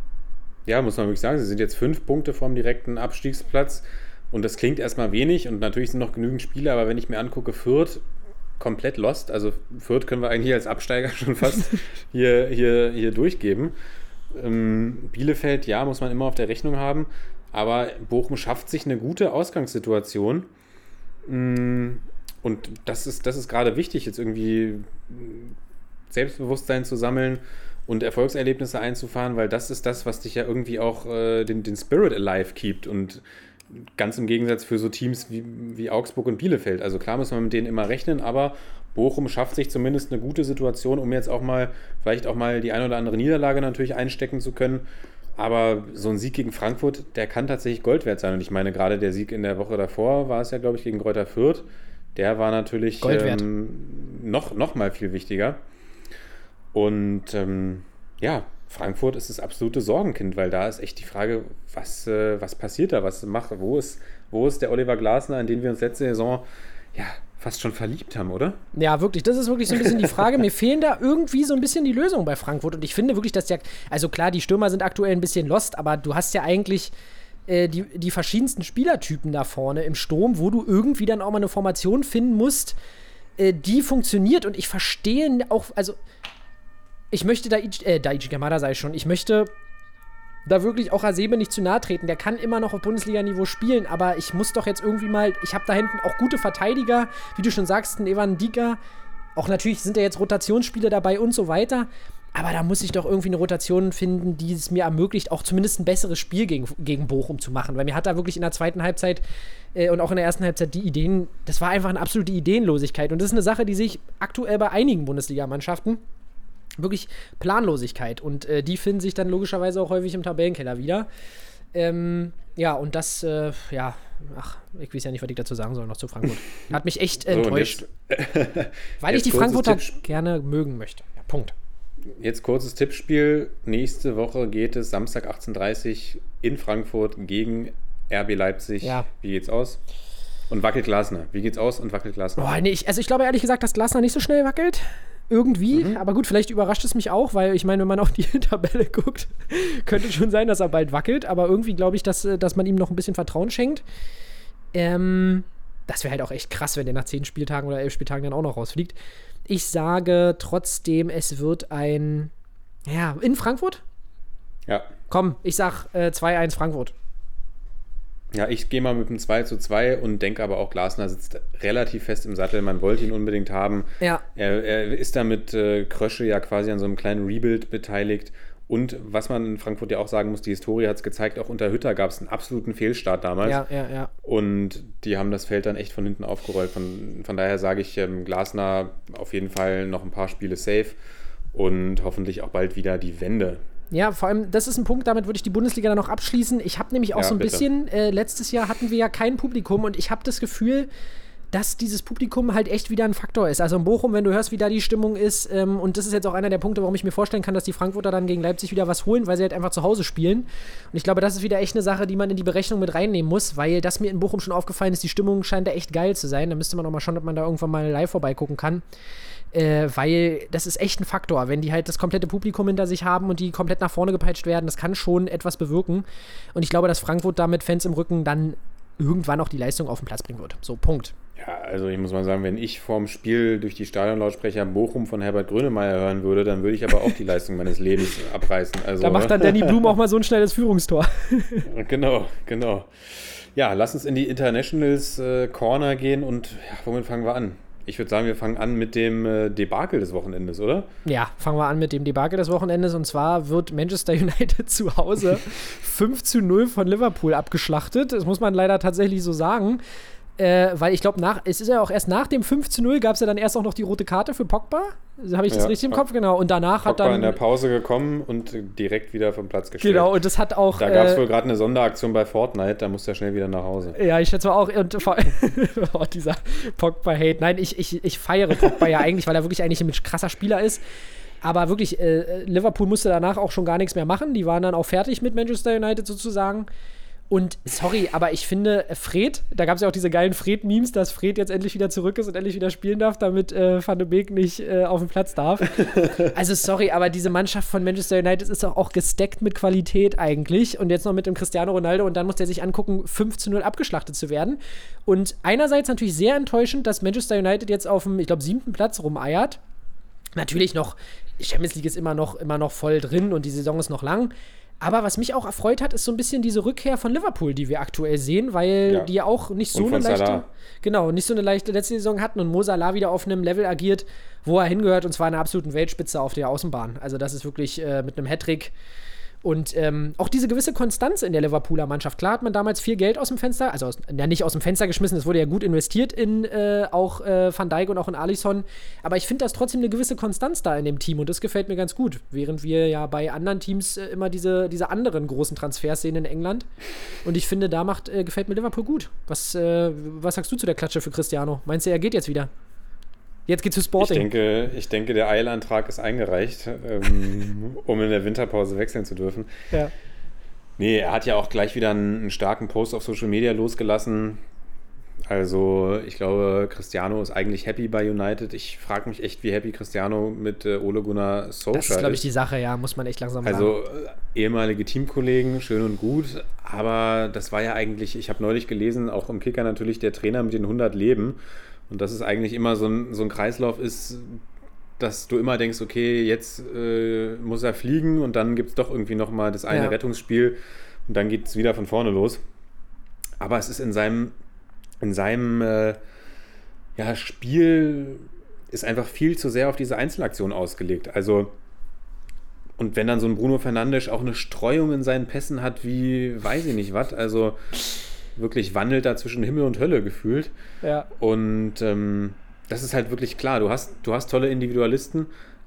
Ja, muss man wirklich sagen, sie sind jetzt fünf Punkte vom direkten Abstiegsplatz und das klingt erstmal wenig und natürlich sind noch genügend Spiele, aber wenn ich mir angucke, Fürth komplett lost, also Fürth können wir eigentlich als Absteiger schon fast hier, hier, hier durchgeben. Ähm, Bielefeld, ja, muss man immer auf der Rechnung haben, aber Bochum schafft sich eine gute Ausgangssituation. Mm, Und das ist, das ist gerade wichtig, jetzt irgendwie Selbstbewusstsein zu sammeln und Erfolgserlebnisse einzufahren, weil das ist das, was dich ja irgendwie auch äh, den, den Spirit alive keept und ganz im Gegensatz für so Teams wie, wie Augsburg und Bielefeld. Also klar muss man mit denen immer rechnen, aber Bochum schafft sich zumindest eine gute Situation, um jetzt auch mal, vielleicht auch mal die ein oder andere Niederlage natürlich einstecken zu können. Aber so ein Sieg gegen Frankfurt, der kann tatsächlich Gold wert sein. Und ich meine, gerade der Sieg in der Woche davor war es ja, glaube ich, gegen Greuther Fürth. Der war natürlich ähm, noch, noch mal viel wichtiger. Und ähm, ja, Frankfurt ist das absolute Sorgenkind, weil da ist echt die Frage, was, äh, was passiert da, was macht, wo ist, wo ist der Oliver Glasner, in den wir uns letzte Saison ja fast schon verliebt haben, oder? Ja, wirklich, das ist wirklich so ein bisschen die Frage. Mir fehlen da irgendwie so ein bisschen die Lösungen bei Frankfurt. Und ich finde wirklich, dass der, also klar, die Stürmer sind aktuell ein bisschen lost, aber du hast ja eigentlich Die, die verschiedensten Spielertypen da vorne im Sturm, wo du irgendwie dann auch mal eine Formation finden musst, äh, die funktioniert. Und ich verstehe auch, also ich möchte Daichi, äh, Daichi Kamada sei schon, ich möchte da wirklich auch Hasebe nicht zu nahe treten. Der kann immer noch auf Bundesliga-Niveau spielen, aber ich muss doch jetzt irgendwie mal, ich habe da hinten auch gute Verteidiger, wie du schon sagst, ein Evan Ndika, auch natürlich sind ja jetzt Rotationsspiele dabei und so weiter. Aber da muss ich doch irgendwie eine Rotation finden, die es mir ermöglicht, auch zumindest ein besseres Spiel gegen, gegen Bochum zu machen. Weil mir hat da wirklich in der zweiten Halbzeit äh, und auch in der ersten Halbzeit die Ideen, das war einfach eine absolute Ideenlosigkeit. Und das ist eine Sache, die sich aktuell bei einigen Bundesligamannschaften, wirklich Planlosigkeit. Und äh, die finden sich dann logischerweise auch häufig im Tabellenkeller wieder. Ähm, ja, und das, äh, ja, ach, ich weiß ja nicht, was ich dazu sagen soll, noch zu Frankfurt. Hat mich echt enttäuscht. So, jetzt, weil ich die Frankfurter gerne mögen möchte. Ja, Punkt. Jetzt kurzes Tippspiel. Nächste Woche geht es Samstag achtzehn Uhr dreißig in Frankfurt gegen R B Leipzig. Ja. Wie geht's aus? Und wackelt Glasner. Wie geht's aus und wackelt Glasner? Boah, nee, ich, also ich glaube ehrlich gesagt, dass Glasner nicht so schnell wackelt. Irgendwie. Mhm. Aber gut, vielleicht überrascht es mich auch, weil ich meine, wenn man auf die Tabelle guckt, könnte schon sein, dass er bald wackelt. Aber irgendwie glaube ich, dass, dass man ihm noch ein bisschen Vertrauen schenkt. Ähm, das wäre halt auch echt krass, wenn der nach zehn Spieltagen oder elf Spieltagen dann auch noch rausfliegt. Ich sage trotzdem, es wird ein, ja, in Frankfurt? Ja. Komm, ich sag äh, zwei eins Frankfurt. Ja, ich gehe mal mit einem zwei zu zwei und denke aber auch, Glasner sitzt relativ fest im Sattel. Man wollte ihn unbedingt haben. Ja. Er, er ist da mit äh, Krösche ja quasi an so einem kleinen Rebuild beteiligt. Und was man in Frankfurt ja auch sagen muss, die Historie hat es gezeigt, auch unter Hütter gab es einen absoluten Fehlstart damals. Ja, ja, ja. Und die haben das Feld dann echt von hinten aufgerollt. Von, von daher sage ich, ähm, Glasner auf jeden Fall noch ein paar Spiele safe und hoffentlich auch bald wieder die Wende. Ja, vor allem, das ist ein Punkt, damit würde ich die Bundesliga dann noch abschließen. Ich habe nämlich auch Ja, so ein bitte. bisschen, äh, letztes Jahr hatten wir ja kein Publikum und ich habe das Gefühl, dass dieses Publikum halt echt wieder ein Faktor ist. Also in Bochum, wenn du hörst, wie da die Stimmung ist, ähm, und das ist jetzt auch einer der Punkte, warum ich mir vorstellen kann, dass die Frankfurter dann gegen Leipzig wieder was holen, weil sie halt einfach zu Hause spielen. Und ich glaube, das ist wieder echt eine Sache, die man in die Berechnung mit reinnehmen muss, weil das mir in Bochum schon aufgefallen ist, die Stimmung scheint da echt geil zu sein. Da müsste man auch mal schauen, ob man da irgendwann mal live vorbeigucken kann. Äh, weil das ist echt ein Faktor, wenn die halt das komplette Publikum hinter sich haben und die komplett nach vorne gepeitscht werden, das kann schon etwas bewirken. Und ich glaube, dass Frankfurt da mit Fans im Rücken dann irgendwann auch die Leistung auf den Platz bringen wird. So, Punkt. Ja, also ich muss mal sagen, wenn ich vorm Spiel durch die Stadionlautsprecher Bochum von Herbert Grönemeyer hören würde, dann würde ich aber auch die Leistung meines Lebens abreißen. Also, Da macht dann Danny Blum auch mal so ein schnelles Führungstor. Genau, genau. Ja, lass uns in die Internationals äh, Corner gehen und ja, womit fangen wir an? Ich würde sagen, wir fangen an mit dem äh, Debakel des Wochenendes, oder? Ja, fangen wir an mit dem Debakel des Wochenendes. Und zwar wird Manchester United zu Hause fünf zu null von Liverpool abgeschlachtet. Das muss man leider tatsächlich so sagen. Äh, weil ich glaube, nach, es ist ja auch erst nach dem fünf zu null gab es ja dann erst auch noch die rote Karte für Pogba. Habe ich das Ja, richtig im ja. Kopf? Genau. Und danach Pogba hat dann. in der Pause gekommen und direkt wieder vom Platz gestellt. Genau, und das hat auch. Da gab es äh, wohl gerade eine Sonderaktion bei Fortnite, da musste er schnell wieder nach Hause. Ja, ich schätze mal auch. Und vor, oh, dieser Pogba-Hate. Nein, ich, ich, ich feiere Pogba ja eigentlich, weil er wirklich eigentlich ein krasser Spieler ist. Aber wirklich, äh, Liverpool musste danach auch schon gar nichts mehr machen. Die waren dann auch fertig mit Manchester United sozusagen. Und sorry, aber ich finde, Fred, da gab es ja auch diese geilen Fred-Memes, dass Fred jetzt endlich wieder zurück ist und endlich wieder spielen darf, damit äh, Van de Beek nicht äh, auf den Platz darf. Also sorry, aber diese Mannschaft von Manchester United ist doch auch gestackt mit Qualität eigentlich und jetzt noch mit dem Cristiano Ronaldo und dann muss der sich angucken, fünf zu null abgeschlachtet zu werden. Und einerseits natürlich sehr enttäuschend, dass Manchester United jetzt auf dem, ich glaube, siebten Platz rumeiert. Natürlich noch, Champions League ist immer noch, immer noch voll drin und die Saison ist noch lang. Aber was mich auch erfreut hat, ist so ein bisschen diese Rückkehr von Liverpool, die wir aktuell sehen, weil Ja. die ja auch nicht so Und eine von leichte, Salah. genau, nicht so eine leichte letzte Saison hatten und Mo Salah wieder auf einem Level agiert, wo er hingehört, und zwar in einer absoluten Weltspitze auf der Außenbahn. Also das ist wirklich äh, mit einem Hattrick. Und ähm, auch diese gewisse Konstanz in der Liverpooler Mannschaft. Klar hat man damals viel Geld aus dem Fenster, also aus, ja nicht aus dem Fenster geschmissen, es wurde ja gut investiert in äh, auch äh, Van Dijk und auch in Alisson. Aber ich finde, da ist trotzdem eine gewisse Konstanz da in dem Team und das gefällt mir ganz gut. Während wir ja bei anderen Teams äh, immer diese, diese anderen großen Transfers sehen in England. Und ich finde, da macht, äh, gefällt mir Liverpool gut. Was, äh, was sagst du zu der Klatsche für Cristiano? Meinst du, er geht jetzt wieder? Jetzt geht's zu Sporting. Ich denke, ich denke, der Eilantrag ist eingereicht, ähm, um in der Winterpause wechseln zu dürfen. Ja. Nee, er hat ja auch gleich wieder einen, einen starken Post auf Social Media losgelassen. Also ich glaube, Cristiano ist eigentlich happy bei United. Ich frage mich echt, wie happy Cristiano mit äh, Ole Gunnar Solskjaer Das ist, glaube ich, die Sache, ja, muss man echt langsam sagen. Also äh, ehemalige Teamkollegen, schön und gut, aber das war ja eigentlich, ich habe neulich gelesen, auch im Kicker natürlich, der Trainer mit den hundert Leben. Und dass es eigentlich immer so ein, so ein Kreislauf ist, dass du immer denkst, okay, jetzt äh, muss er fliegen und dann gibt es doch irgendwie nochmal das eine Ja. Rettungsspiel und dann geht es wieder von vorne los. Aber es ist in seinem, in seinem äh, ja, Spiel ist einfach viel zu sehr auf diese Einzelaktion ausgelegt. Also und wenn dann so ein Bruno Fernandes auch eine Streuung in seinen Pässen hat, wie weiß ich nicht was, also wirklich wandelt da zwischen Himmel und Hölle gefühlt. Ja. Und ähm, das ist halt wirklich klar. Du hast, du hast tolle Individualisten,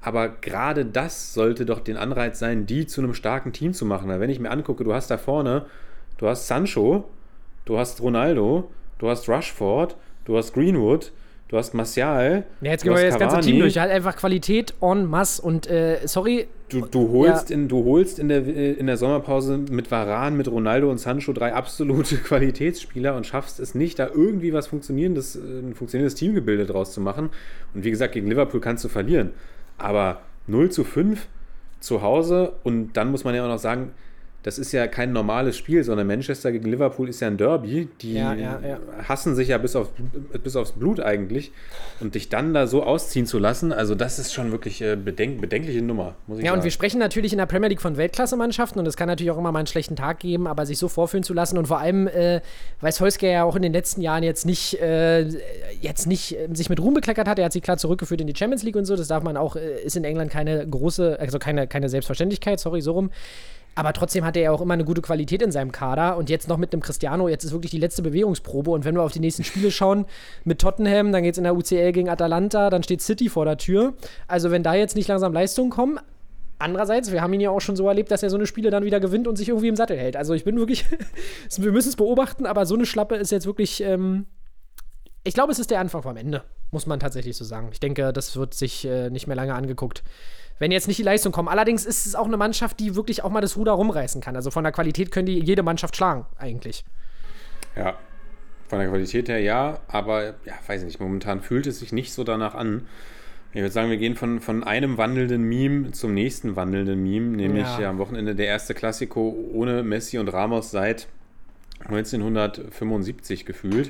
Aber gerade das sollte doch den Anreiz sein, die zu einem starken Team zu machen. Weil wenn ich mir angucke, du hast da vorne, du hast Sancho, du hast Ronaldo, du hast Rashford, du hast Greenwood, du hast Martial. Ja, jetzt gehen wir das ganze Team durch. Halt einfach Qualität en masse. Und äh, sorry. Du, du, holst ja. in, du holst in der, in der Sommerpause mit Varane, mit Ronaldo und Sancho drei absolute Qualitätsspieler und schaffst es nicht, da irgendwie was funktionierendes, ein funktionierendes Teamgebilde draus zu machen. Und wie gesagt, gegen Liverpool kannst du verlieren. Aber null zu fünf zu Hause, und dann muss man ja auch noch sagen, das ist ja kein normales Spiel, sondern Manchester gegen Liverpool ist ja ein Derby. Die ja, ja, ja. hassen sich ja bis, auf, bis aufs Blut eigentlich. Und dich dann da so ausziehen zu lassen, also das ist schon wirklich eine bedenk- bedenkliche Nummer, muss ich ja, sagen. Und wir sprechen natürlich in der Premier League von Weltklasse-Mannschaften und es kann natürlich auch immer mal einen schlechten Tag geben, aber sich so vorführen zu lassen und vor allem, äh, weil Solskjaer ja auch in den letzten Jahren jetzt nicht, äh, jetzt nicht äh, sich mit Ruhm bekleckert hat, er hat sich klar zurückgeführt in die Champions League und so, das darf man auch, äh, ist in England keine große, also keine, keine Selbstverständlichkeit, sorry, so rum. Aber trotzdem hatte er auch immer eine gute Qualität in seinem Kader. Und jetzt noch mit einem Cristiano, jetzt ist wirklich die letzte Bewegungsprobe. Und wenn wir auf die nächsten Spiele schauen, mit Tottenham, dann geht es in der U C L gegen Atalanta, dann steht City vor der Tür. Also wenn da jetzt nicht langsam Leistungen kommen, andererseits, wir haben ihn ja auch schon so erlebt, dass er so eine Spiele dann wieder gewinnt und sich irgendwie im Sattel hält. Also ich bin wirklich, wir müssen es beobachten, aber so eine Schlappe ist jetzt wirklich, ähm, ich glaube, es ist der Anfang vom Ende, muss man tatsächlich so sagen. Ich denke, das wird sich äh, nicht mehr lange angeguckt, wenn jetzt nicht die Leistung kommt. Allerdings ist es auch eine Mannschaft, die wirklich auch mal das Ruder rumreißen kann. Also von der Qualität können die jede Mannschaft schlagen, eigentlich. Ja, von der Qualität her ja, aber ja, weiß ich nicht, momentan fühlt es sich nicht so danach an. Ich würde sagen, wir gehen von, von einem wandelnden Meme zum nächsten wandelnden Meme, nämlich ja. Ja, am Wochenende der erste Klassiko ohne Messi und Ramos seit neunzehnhundertfünfundsiebzig gefühlt.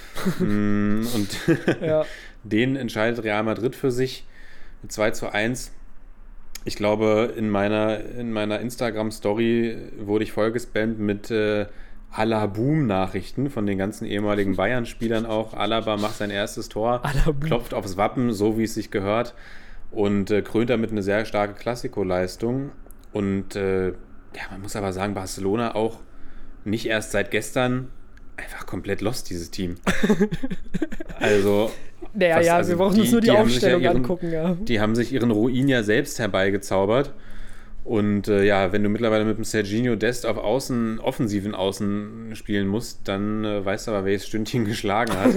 Und ja. Den entscheidet Real Madrid für sich mit zwei zu eins. Ich glaube, in meiner, in meiner Instagram-Story wurde ich vollgespammt mit äh, Ala-Boom-Nachrichten von den ganzen ehemaligen Bayern-Spielern auch. Alaba macht sein erstes Tor, Ala-Boom. Klopft aufs Wappen, so wie es sich gehört, und äh, krönt damit eine sehr starke Klassiko-Leistung. Und äh, ja, man muss aber sagen, Barcelona auch nicht erst seit gestern einfach komplett lost, dieses Team. Also Naja, was, ja, also wir brauchen die, uns nur die, die Aufstellung ja ihren, angucken, ja. Die haben sich ihren Ruin ja selbst herbeigezaubert. Und äh, ja, wenn du mittlerweile mit dem Serginho Dest auf Außen, offensiven Außen spielen musst, dann äh, weißt du aber, welches Stündchen geschlagen hat.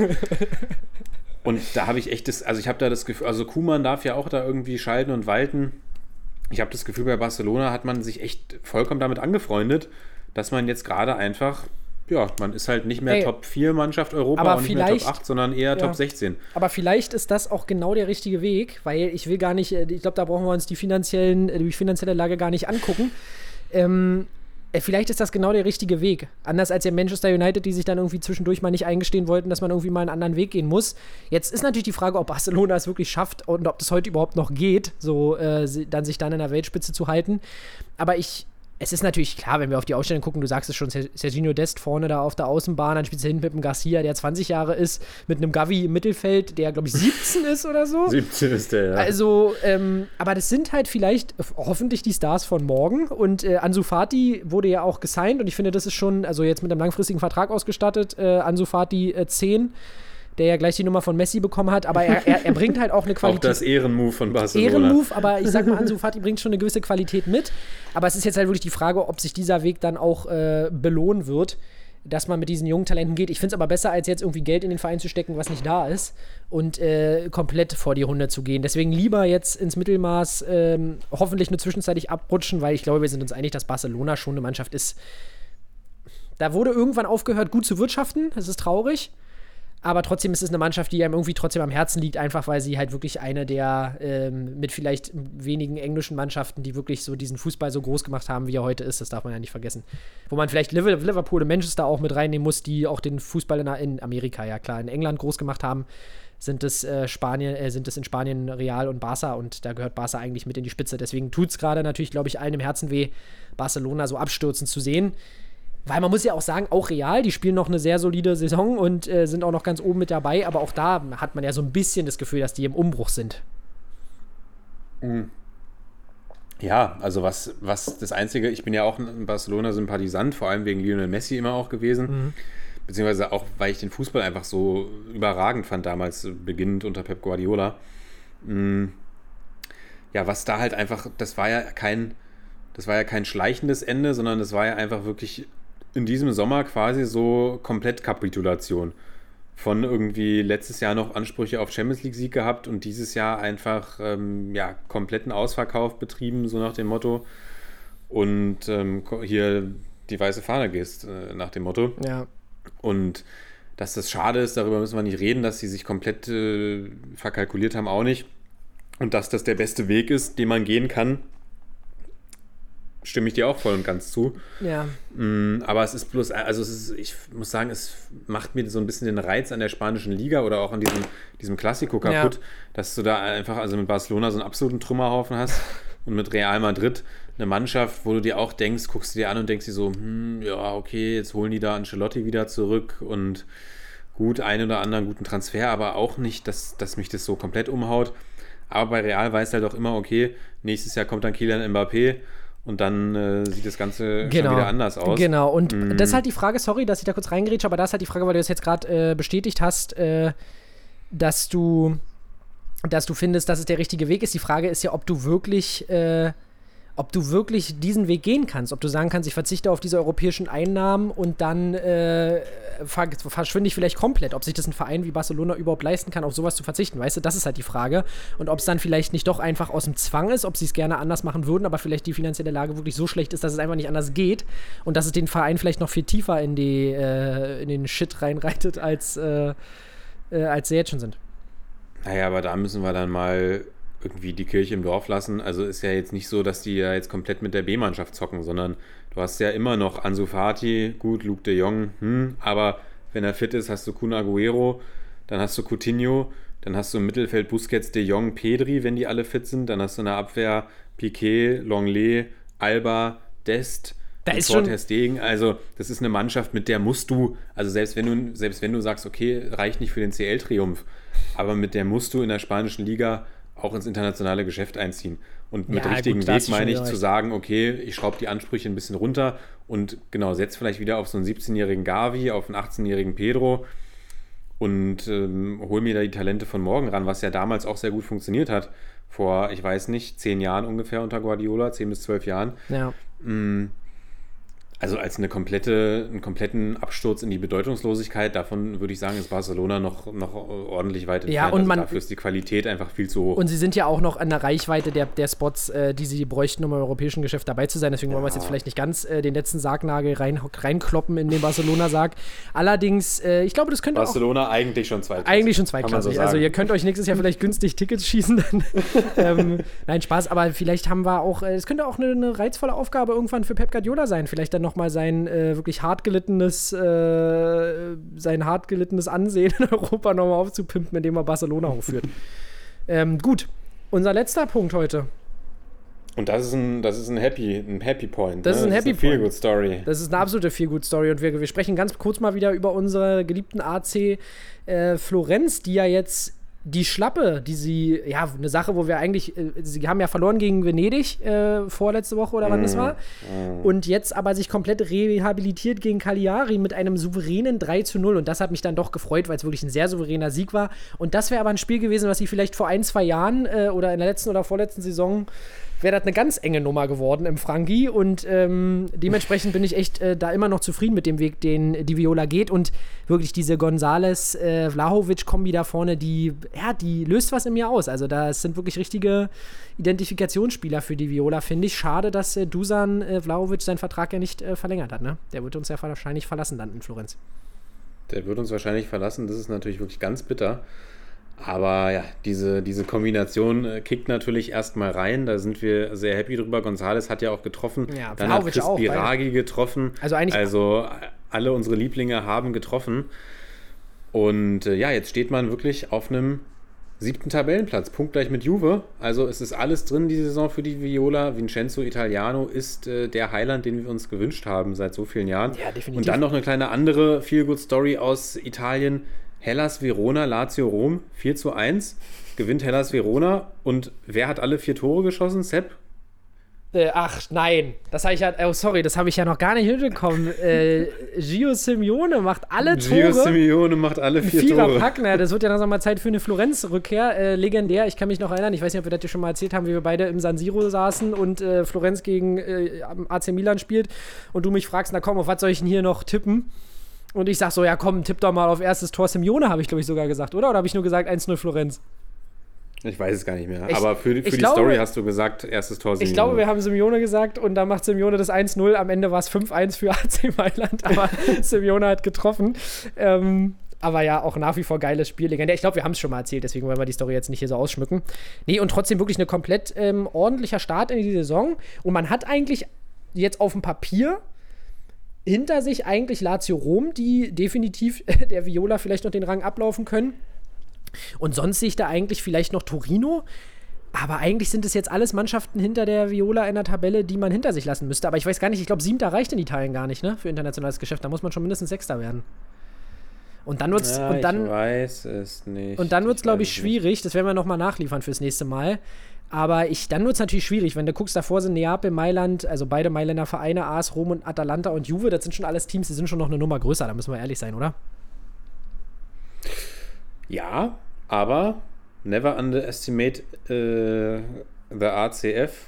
Und da habe ich echt das, also ich habe da das Gefühl, also Koeman darf ja auch da irgendwie schalten und walten. Ich habe das Gefühl, bei Barcelona hat man sich echt vollkommen damit angefreundet, dass man jetzt gerade einfach, ja, man ist halt nicht mehr Ey, Top vier Mannschaft Europa und nicht mehr Top acht, sondern eher ja. Top sechzehn. Aber vielleicht ist das auch genau der richtige Weg, weil ich will gar nicht, ich glaube, da brauchen wir uns die, finanziellen, die finanzielle Lage gar nicht angucken. Ähm, vielleicht ist das genau der richtige Weg. Anders als der Manchester United, die sich dann irgendwie zwischendurch mal nicht eingestehen wollten, dass man irgendwie mal einen anderen Weg gehen muss. Jetzt ist natürlich die Frage, ob Barcelona es wirklich schafft und ob das heute überhaupt noch geht, so äh, dann sich dann in der Weltspitze zu halten. Aber ich Es ist natürlich klar, wenn wir auf die Ausstellung gucken, du sagst es schon, Serginho Dest vorne da auf der Außenbahn, dann spielst du hinten mit einem Garcia, der zwanzig Jahre ist, mit einem Gavi im Mittelfeld, der, glaube ich, siebzehn ist oder so. siebzehn ist der, ja. Also, ähm, aber das sind halt vielleicht hoffentlich die Stars von morgen und äh, Ansu Fati wurde ja auch gesigned und ich finde, das ist schon, also jetzt mit einem langfristigen Vertrag ausgestattet, äh, Ansu Fati äh, zehn, der ja gleich die Nummer von Messi bekommen hat, aber er, er, er bringt halt auch eine Qualität. Auch das Ehrenmove von Barcelona. Ehrenmove, aber ich sag mal, Ansu Fati bringt schon eine gewisse Qualität mit. Aber es ist jetzt halt wirklich die Frage, ob sich dieser Weg dann auch äh, belohnen wird, dass man mit diesen jungen Talenten geht. Ich finde es aber besser, als jetzt irgendwie Geld in den Verein zu stecken, was nicht da ist und äh, komplett vor die Runde zu gehen. Deswegen lieber jetzt ins Mittelmaß ähm, hoffentlich nur zwischenzeitlich abrutschen, weil ich glaube, wir sind uns einig, dass Barcelona schon eine Mannschaft ist. Da wurde irgendwann aufgehört, gut zu wirtschaften. Das ist traurig. Aber trotzdem ist es eine Mannschaft, die einem irgendwie trotzdem am Herzen liegt, einfach weil sie halt wirklich eine der ähm, mit vielleicht wenigen englischen Mannschaften, die wirklich so diesen Fußball so groß gemacht haben, wie er heute ist, das darf man ja nicht vergessen. Wo man vielleicht Liverpool und Manchester auch mit reinnehmen muss, die auch den Fußball in, in Amerika, ja klar, in England groß gemacht haben, sind es äh, Spanien, äh, sind es in Spanien Real und Barca und da gehört Barca eigentlich mit in die Spitze. Deswegen tut es gerade natürlich, glaube ich, allen im Herzen weh, Barcelona so abstürzen zu sehen. Weil man muss ja auch sagen, auch Real, die spielen noch eine sehr solide Saison und äh, sind auch noch ganz oben mit dabei, aber auch da hat man ja so ein bisschen das Gefühl, dass die im Umbruch sind. Ja, also was, was das Einzige, ich bin ja auch ein Barcelona-Sympathisant, vor allem wegen Lionel Messi immer auch gewesen, mhm. beziehungsweise auch, weil ich den Fußball einfach so überragend fand damals, beginnend unter Pep Guardiola. ja, was da halt einfach, das war ja kein, das war ja kein schleichendes Ende, sondern das war ja einfach wirklich in diesem Sommer quasi so komplett Kapitulation. Von irgendwie letztes Jahr noch Ansprüche auf Champions-League-Sieg gehabt und dieses Jahr einfach ähm, ja, kompletten Ausverkauf betrieben, so nach dem Motto. Und ähm, hier die weiße Fahne gehst, äh, nach dem Motto. Ja. Und dass das schade ist, darüber müssen wir nicht reden, dass sie sich komplett äh, verkalkuliert haben, auch nicht. Und dass das der beste Weg ist, den man gehen kann, stimme ich dir auch voll und ganz zu. Ja. Mm, aber es ist bloß, also es ist, ich muss sagen, es macht mir so ein bisschen den Reiz an der spanischen Liga oder auch an diesem, diesem Klassiko kaputt, ja. Dass du da einfach also mit Barcelona so einen absoluten Trümmerhaufen hast und mit Real Madrid eine Mannschaft, wo du dir auch denkst, guckst du dir an und denkst dir so, hm, ja, okay, jetzt holen die da Ancelotti wieder zurück und gut, einen oder anderen guten Transfer, aber auch nicht, dass, dass mich das so komplett umhaut. Aber bei Real weiß halt auch immer, okay, nächstes Jahr kommt dann Kylian Mbappé. Und dann äh, sieht das Ganze genau. schon wieder anders aus. Genau, und mm. das ist halt die Frage, sorry, dass ich da kurz reingrätsche, aber das ist halt die Frage, weil du das jetzt gerade äh, bestätigt hast, äh, dass du dass du findest, dass es der richtige Weg ist. Die Frage ist ja, ob du wirklich äh, ob du wirklich diesen Weg gehen kannst, ob du sagen kannst, ich verzichte auf diese europäischen Einnahmen und dann äh, verschwinde ich vielleicht komplett, ob sich das ein Verein wie Barcelona überhaupt leisten kann, auf sowas zu verzichten, weißt du, das ist halt die Frage und ob es dann vielleicht nicht doch einfach aus dem Zwang ist, ob sie es gerne anders machen würden, aber vielleicht die finanzielle Lage wirklich so schlecht ist, dass es einfach nicht anders geht und dass es den Verein vielleicht noch viel tiefer in, die, äh, in den Shit reinreitet, als, äh, äh, als sie jetzt schon sind. Naja, aber da müssen wir dann mal irgendwie die Kirche im Dorf lassen. Also ist ja jetzt nicht so, dass die ja jetzt komplett mit der B-Mannschaft zocken, sondern du hast ja immer noch Ansu Fati, gut, Luke de Jong, hm, aber wenn er fit ist, hast du Kun Agüero, dann hast du Coutinho, dann hast du im Mittelfeld Busquets, de Jong, Pedri, wenn die alle fit sind, dann hast du in der Abwehr Piqué, Lenglet, Alba, Dest, da ist schon schon Stegen. Also das ist eine Mannschaft, mit der musst du, also selbst wenn du, selbst wenn du sagst, okay, reicht nicht für den C L-Triumph, aber mit der musst du in der spanischen Liga auch ins internationale Geschäft einziehen. Und mit ja, richtigen gut, Weg meine ich recht. zu sagen, okay, ich schraube die Ansprüche ein bisschen runter und genau, setz vielleicht wieder auf so einen siebzehnjährigen Gavi, auf einen achtzehnjährigen Pedro und ähm, hol mir da die Talente von morgen ran, was ja damals auch sehr gut funktioniert hat. Vor, ich weiß nicht, zehn Jahren ungefähr unter Guardiola, zehn bis zwölf Jahren. Ja. Mm, Also als eine komplette, einen kompletten Absturz in die Bedeutungslosigkeit, davon würde ich sagen, ist Barcelona noch, noch ordentlich weit entfernt. Ja, und also man, dafür ist die Qualität einfach viel zu hoch. Und sie sind ja auch noch an der Reichweite der, der Spots, äh, die sie bräuchten, um im europäischen Geschäft dabei zu sein. Deswegen ja. wollen wir es jetzt vielleicht nicht ganz äh, den letzten Sargnagel rein, reinkloppen in den Barcelona-Sarg. Allerdings, äh, ich glaube, das könnte Barcelona auch... eigentlich schon zweiklassig. Eigentlich schon zweiklassig. So also ihr könnt euch nächstes Jahr vielleicht günstig Tickets schießen. Dann, ähm, nein, Spaß. Aber vielleicht haben wir auch... Es könnte auch eine, eine reizvolle Aufgabe irgendwann für Pep Guardiola sein. Vielleicht dann nochmal sein... Äh, wirklich hart gelittenes, äh, sein hart gelittenes Ansehen in Europa nochmal aufzupimpen, indem er Barcelona hochführt. ähm, gut, unser letzter Punkt heute. Und das ist ein, das ist ein Happy, ein Happy Point. Das ne? ist ein das Happy ist eine Point. Feel-Good-Story. Das ist eine absolute Feel-Good-Story und wir, wir sprechen ganz kurz mal wieder über unsere geliebten A C äh, Florenz, die ja jetzt die Schlappe, die sie, ja, eine Sache, wo wir eigentlich, äh, sie haben ja verloren gegen Venedig äh, vorletzte Woche oder wann mm. das war. Mm. Und jetzt aber sich komplett rehabilitiert gegen Cagliari mit einem souveränen drei zu null. Und das hat mich dann doch gefreut, weil es wirklich ein sehr souveräner Sieg war. Und das wäre aber ein Spiel gewesen, was sie vielleicht vor ein, zwei Jahren äh, oder in der letzten oder vorletzten Saison wäre das eine ganz enge Nummer geworden im Frankie und ähm, dementsprechend bin ich echt äh, da immer noch zufrieden mit dem Weg, den die Viola geht und wirklich diese González-Vlahovic-Kombi da vorne, die, ja, die löst was in mir aus. Also das sind wirklich richtige Identifikationsspieler für die Viola, finde ich. Schade, dass äh, Dusan äh, Vlahovic seinen Vertrag ja nicht äh, verlängert hat, ne? Der wird uns ja wahrscheinlich verlassen dann in Florenz. Der wird uns wahrscheinlich verlassen, das ist natürlich wirklich ganz bitter. Aber ja, diese, diese Kombination äh, kickt natürlich erstmal rein. Da sind wir sehr happy drüber. González hat ja auch getroffen. Ja, dann hat Chris auch, Biragi getroffen. Also eigentlich Also alle unsere Lieblinge haben getroffen. Und äh, ja, jetzt steht man wirklich auf einem siebten Tabellenplatz. Punktgleich mit Juve. Also es ist alles drin die Saison für die Viola. Vincenzo Italiano ist äh, der Heiland, den wir uns gewünscht haben seit so vielen Jahren. Ja, definitiv. Und dann noch eine kleine andere Feel-Good-Story aus Italien. Hellas Verona, Lazio Rom, vier zu eins, gewinnt Hellas Verona. Und wer hat alle vier Tore geschossen? Sepp? Äh, ach, nein. Das habe ich ja, oh, sorry, das habe ich ja noch gar nicht hinbekommen. Äh, Gio Simeone macht alle Tore. Gio Simeone macht alle vier Vierer Tore. Pack, na, das wird ja langsam mal Zeit für eine Florenz-Rückkehr. Äh, legendär, ich kann mich noch erinnern, ich weiß nicht, ob wir das dir schon mal erzählt haben, wie wir beide im San Siro saßen und äh, Florenz gegen äh, A C Milan spielt und du mich fragst, na komm, auf was soll ich denn hier noch tippen? Und ich sag so, ja komm, tipp doch mal auf erstes Tor Simeone, habe ich glaube ich sogar gesagt, oder? Oder habe ich nur gesagt eins null Florenz? Ich weiß es gar nicht mehr. Ich, Aber für, für die glaube, Story hast du gesagt, erstes Tor Simeone. Ich glaube, wir haben Simeone gesagt und dann macht Simeone das eins null. Am Ende war es fünf eins für A C Mailand, aber Simeone hat getroffen. Ähm, aber ja, auch nach wie vor geiles Spiel. Legendär. Ich glaube, wir haben es schon mal erzählt, deswegen wollen wir die Story jetzt nicht hier so ausschmücken. Nee, und trotzdem wirklich eine komplett ähm, ordentlicher Start in die Saison. Und man hat eigentlich jetzt auf dem Papier hinter sich eigentlich Lazio Rom, die definitiv der Viola vielleicht noch den Rang ablaufen können. Und sonst sehe ich da eigentlich vielleicht noch Torino. Aber eigentlich sind es jetzt alles Mannschaften hinter der Viola in der Tabelle, die man hinter sich lassen müsste. Aber ich weiß gar nicht, ich glaube, Siebter reicht in Italien gar nicht, ne? Für internationales Geschäft. Da muss man schon mindestens Sechster werden. Und dann wird's, ja, und dann, ich weiß es nicht. Und dann wird es, glaube ich, ich schwierig. Das werden wir nochmal nachliefern fürs nächste Mal. Aber ich, dann wird es natürlich schwierig, wenn du guckst, davor sind Neapel, Mailand, also beide Mailänder Vereine, A S Rom und Atalanta und Juve, das sind schon alles Teams, die sind schon noch eine Nummer größer, da müssen wir ehrlich sein, oder? Ja, aber never underestimate äh, the R C F.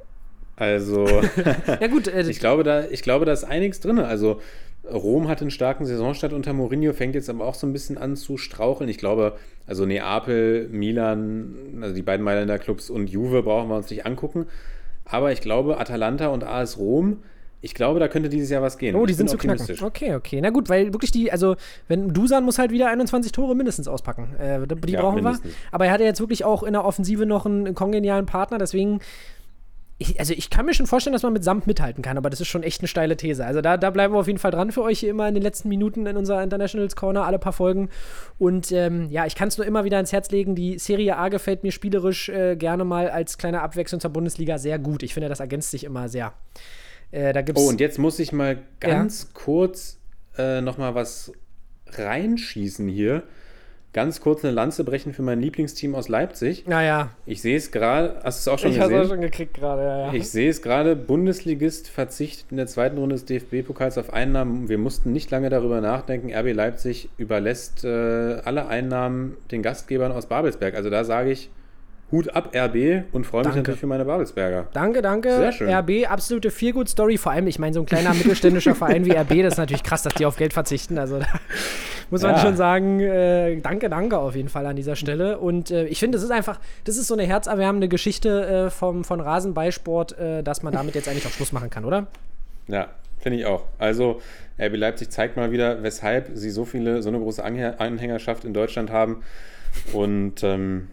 Also, ja, gut, äh, ich, glaube, da, ich glaube, da ist einiges drin. Also, Rom hat einen starken Saisonstart unter Mourinho, fängt jetzt aber auch so ein bisschen an zu straucheln. Ich glaube, also Neapel, Milan, also die beiden Mailänder Clubs und Juve brauchen wir uns nicht angucken. Aber ich glaube, Atalanta und A S Rom, ich glaube, da könnte dieses Jahr was gehen. Oh, die ich sind bin zu knacken. Okay, okay. Na gut, weil wirklich die, also, wenn Dusan muss halt wieder einundzwanzig Tore mindestens auspacken. Äh, die ja, brauchen mindestens. wir. Aber er hatte jetzt wirklich auch in der Offensive noch einen kongenialen Partner, deswegen. Ich, also ich kann mir schon vorstellen, dass man mit Samt mithalten kann, aber das ist schon echt eine steile These. Also da, da bleiben wir auf jeden Fall dran für euch hier immer in den letzten Minuten in unserer Internationals Corner, alle paar Folgen. Und ähm, ja, ich kann es nur immer wieder ins Herz legen, die Serie A gefällt mir spielerisch äh, gerne mal als kleine Abwechslung zur Bundesliga sehr gut. Ich finde, das ergänzt sich immer sehr. Äh, da gibt's oh, und jetzt muss ich mal ganz ja. kurz äh, noch mal was reinschießen hier. Ganz kurz eine Lanze brechen für mein Lieblingsteam aus Leipzig. Naja. Ich sehe es gerade, hast du es auch schon ich gesehen? Ich habe es auch schon gekriegt gerade, ja, ja. Ich sehe es gerade, Bundesligist verzichtet in der zweiten Runde des D F B-Pokals auf Einnahmen. Wir mussten nicht lange darüber nachdenken. R B Leipzig überlässt äh, alle Einnahmen den Gastgebern aus Babelsberg. Also da sage ich, Hut ab R B und freue mich Danke. natürlich für meine Babelsberger. Danke, danke. Sehr schön. R B, absolute Feel-Good-Story. Vor allem, ich meine, so ein kleiner mittelständischer Verein wie R B, das ist natürlich krass, dass die auf Geld verzichten. Also da muss man ja. schon sagen, äh, danke, danke auf jeden Fall an dieser Stelle. Und äh, ich finde, das ist einfach, das ist so eine herzerwärmende Geschichte äh, vom, von Rasenballsport, äh, dass man damit jetzt eigentlich auch Schluss machen kann, oder? Ja, finde ich auch. Also R B Leipzig zeigt mal wieder, weshalb sie so viele, so eine große Anhängerschaft in Deutschland haben. Und ähm,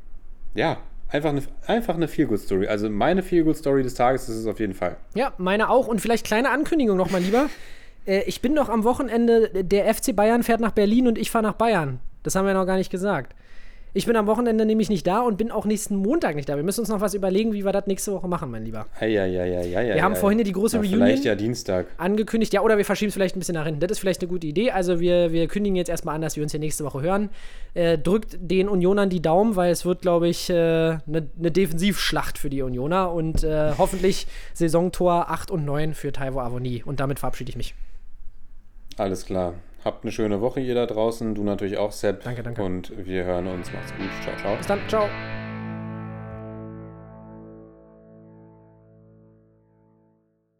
ja, einfach eine, einfach eine Feel-Good-Story. Also meine Feel-Good-Story des Tages ist es auf jeden Fall. Ja, meine auch. Und vielleicht kleine Ankündigung noch mal lieber. äh, ich bin doch am Wochenende, der F C Bayern fährt nach Berlin und ich fahre nach Bayern. Das haben wir noch gar nicht gesagt. Ich bin am Wochenende nämlich nicht da und bin auch nächsten Montag nicht da. Wir müssen uns noch was überlegen, wie wir das nächste Woche machen, mein Lieber. Ja, ja, ja, ja, ja. Wir haben vorhin die große ja, Reunion vielleicht ja Dienstag angekündigt. Ja, oder wir verschieben es vielleicht ein bisschen nach hinten. Das ist vielleicht eine gute Idee. Also wir, wir kündigen jetzt erstmal an, dass wir uns hier nächste Woche hören. Äh, drückt den Unionern die Daumen, weil es wird, glaube ich, eine äh, ne, ne Defensivschlacht für die Unioner. Und äh, hoffentlich Saisontor acht und neun für Taiwo Avoni. Und damit verabschiede ich mich. Alles klar. Habt eine schöne Woche, ihr da draußen. Du natürlich auch, Sepp. Danke, danke. Und wir hören uns. Macht's gut. Ciao, ciao. Bis dann. Ciao.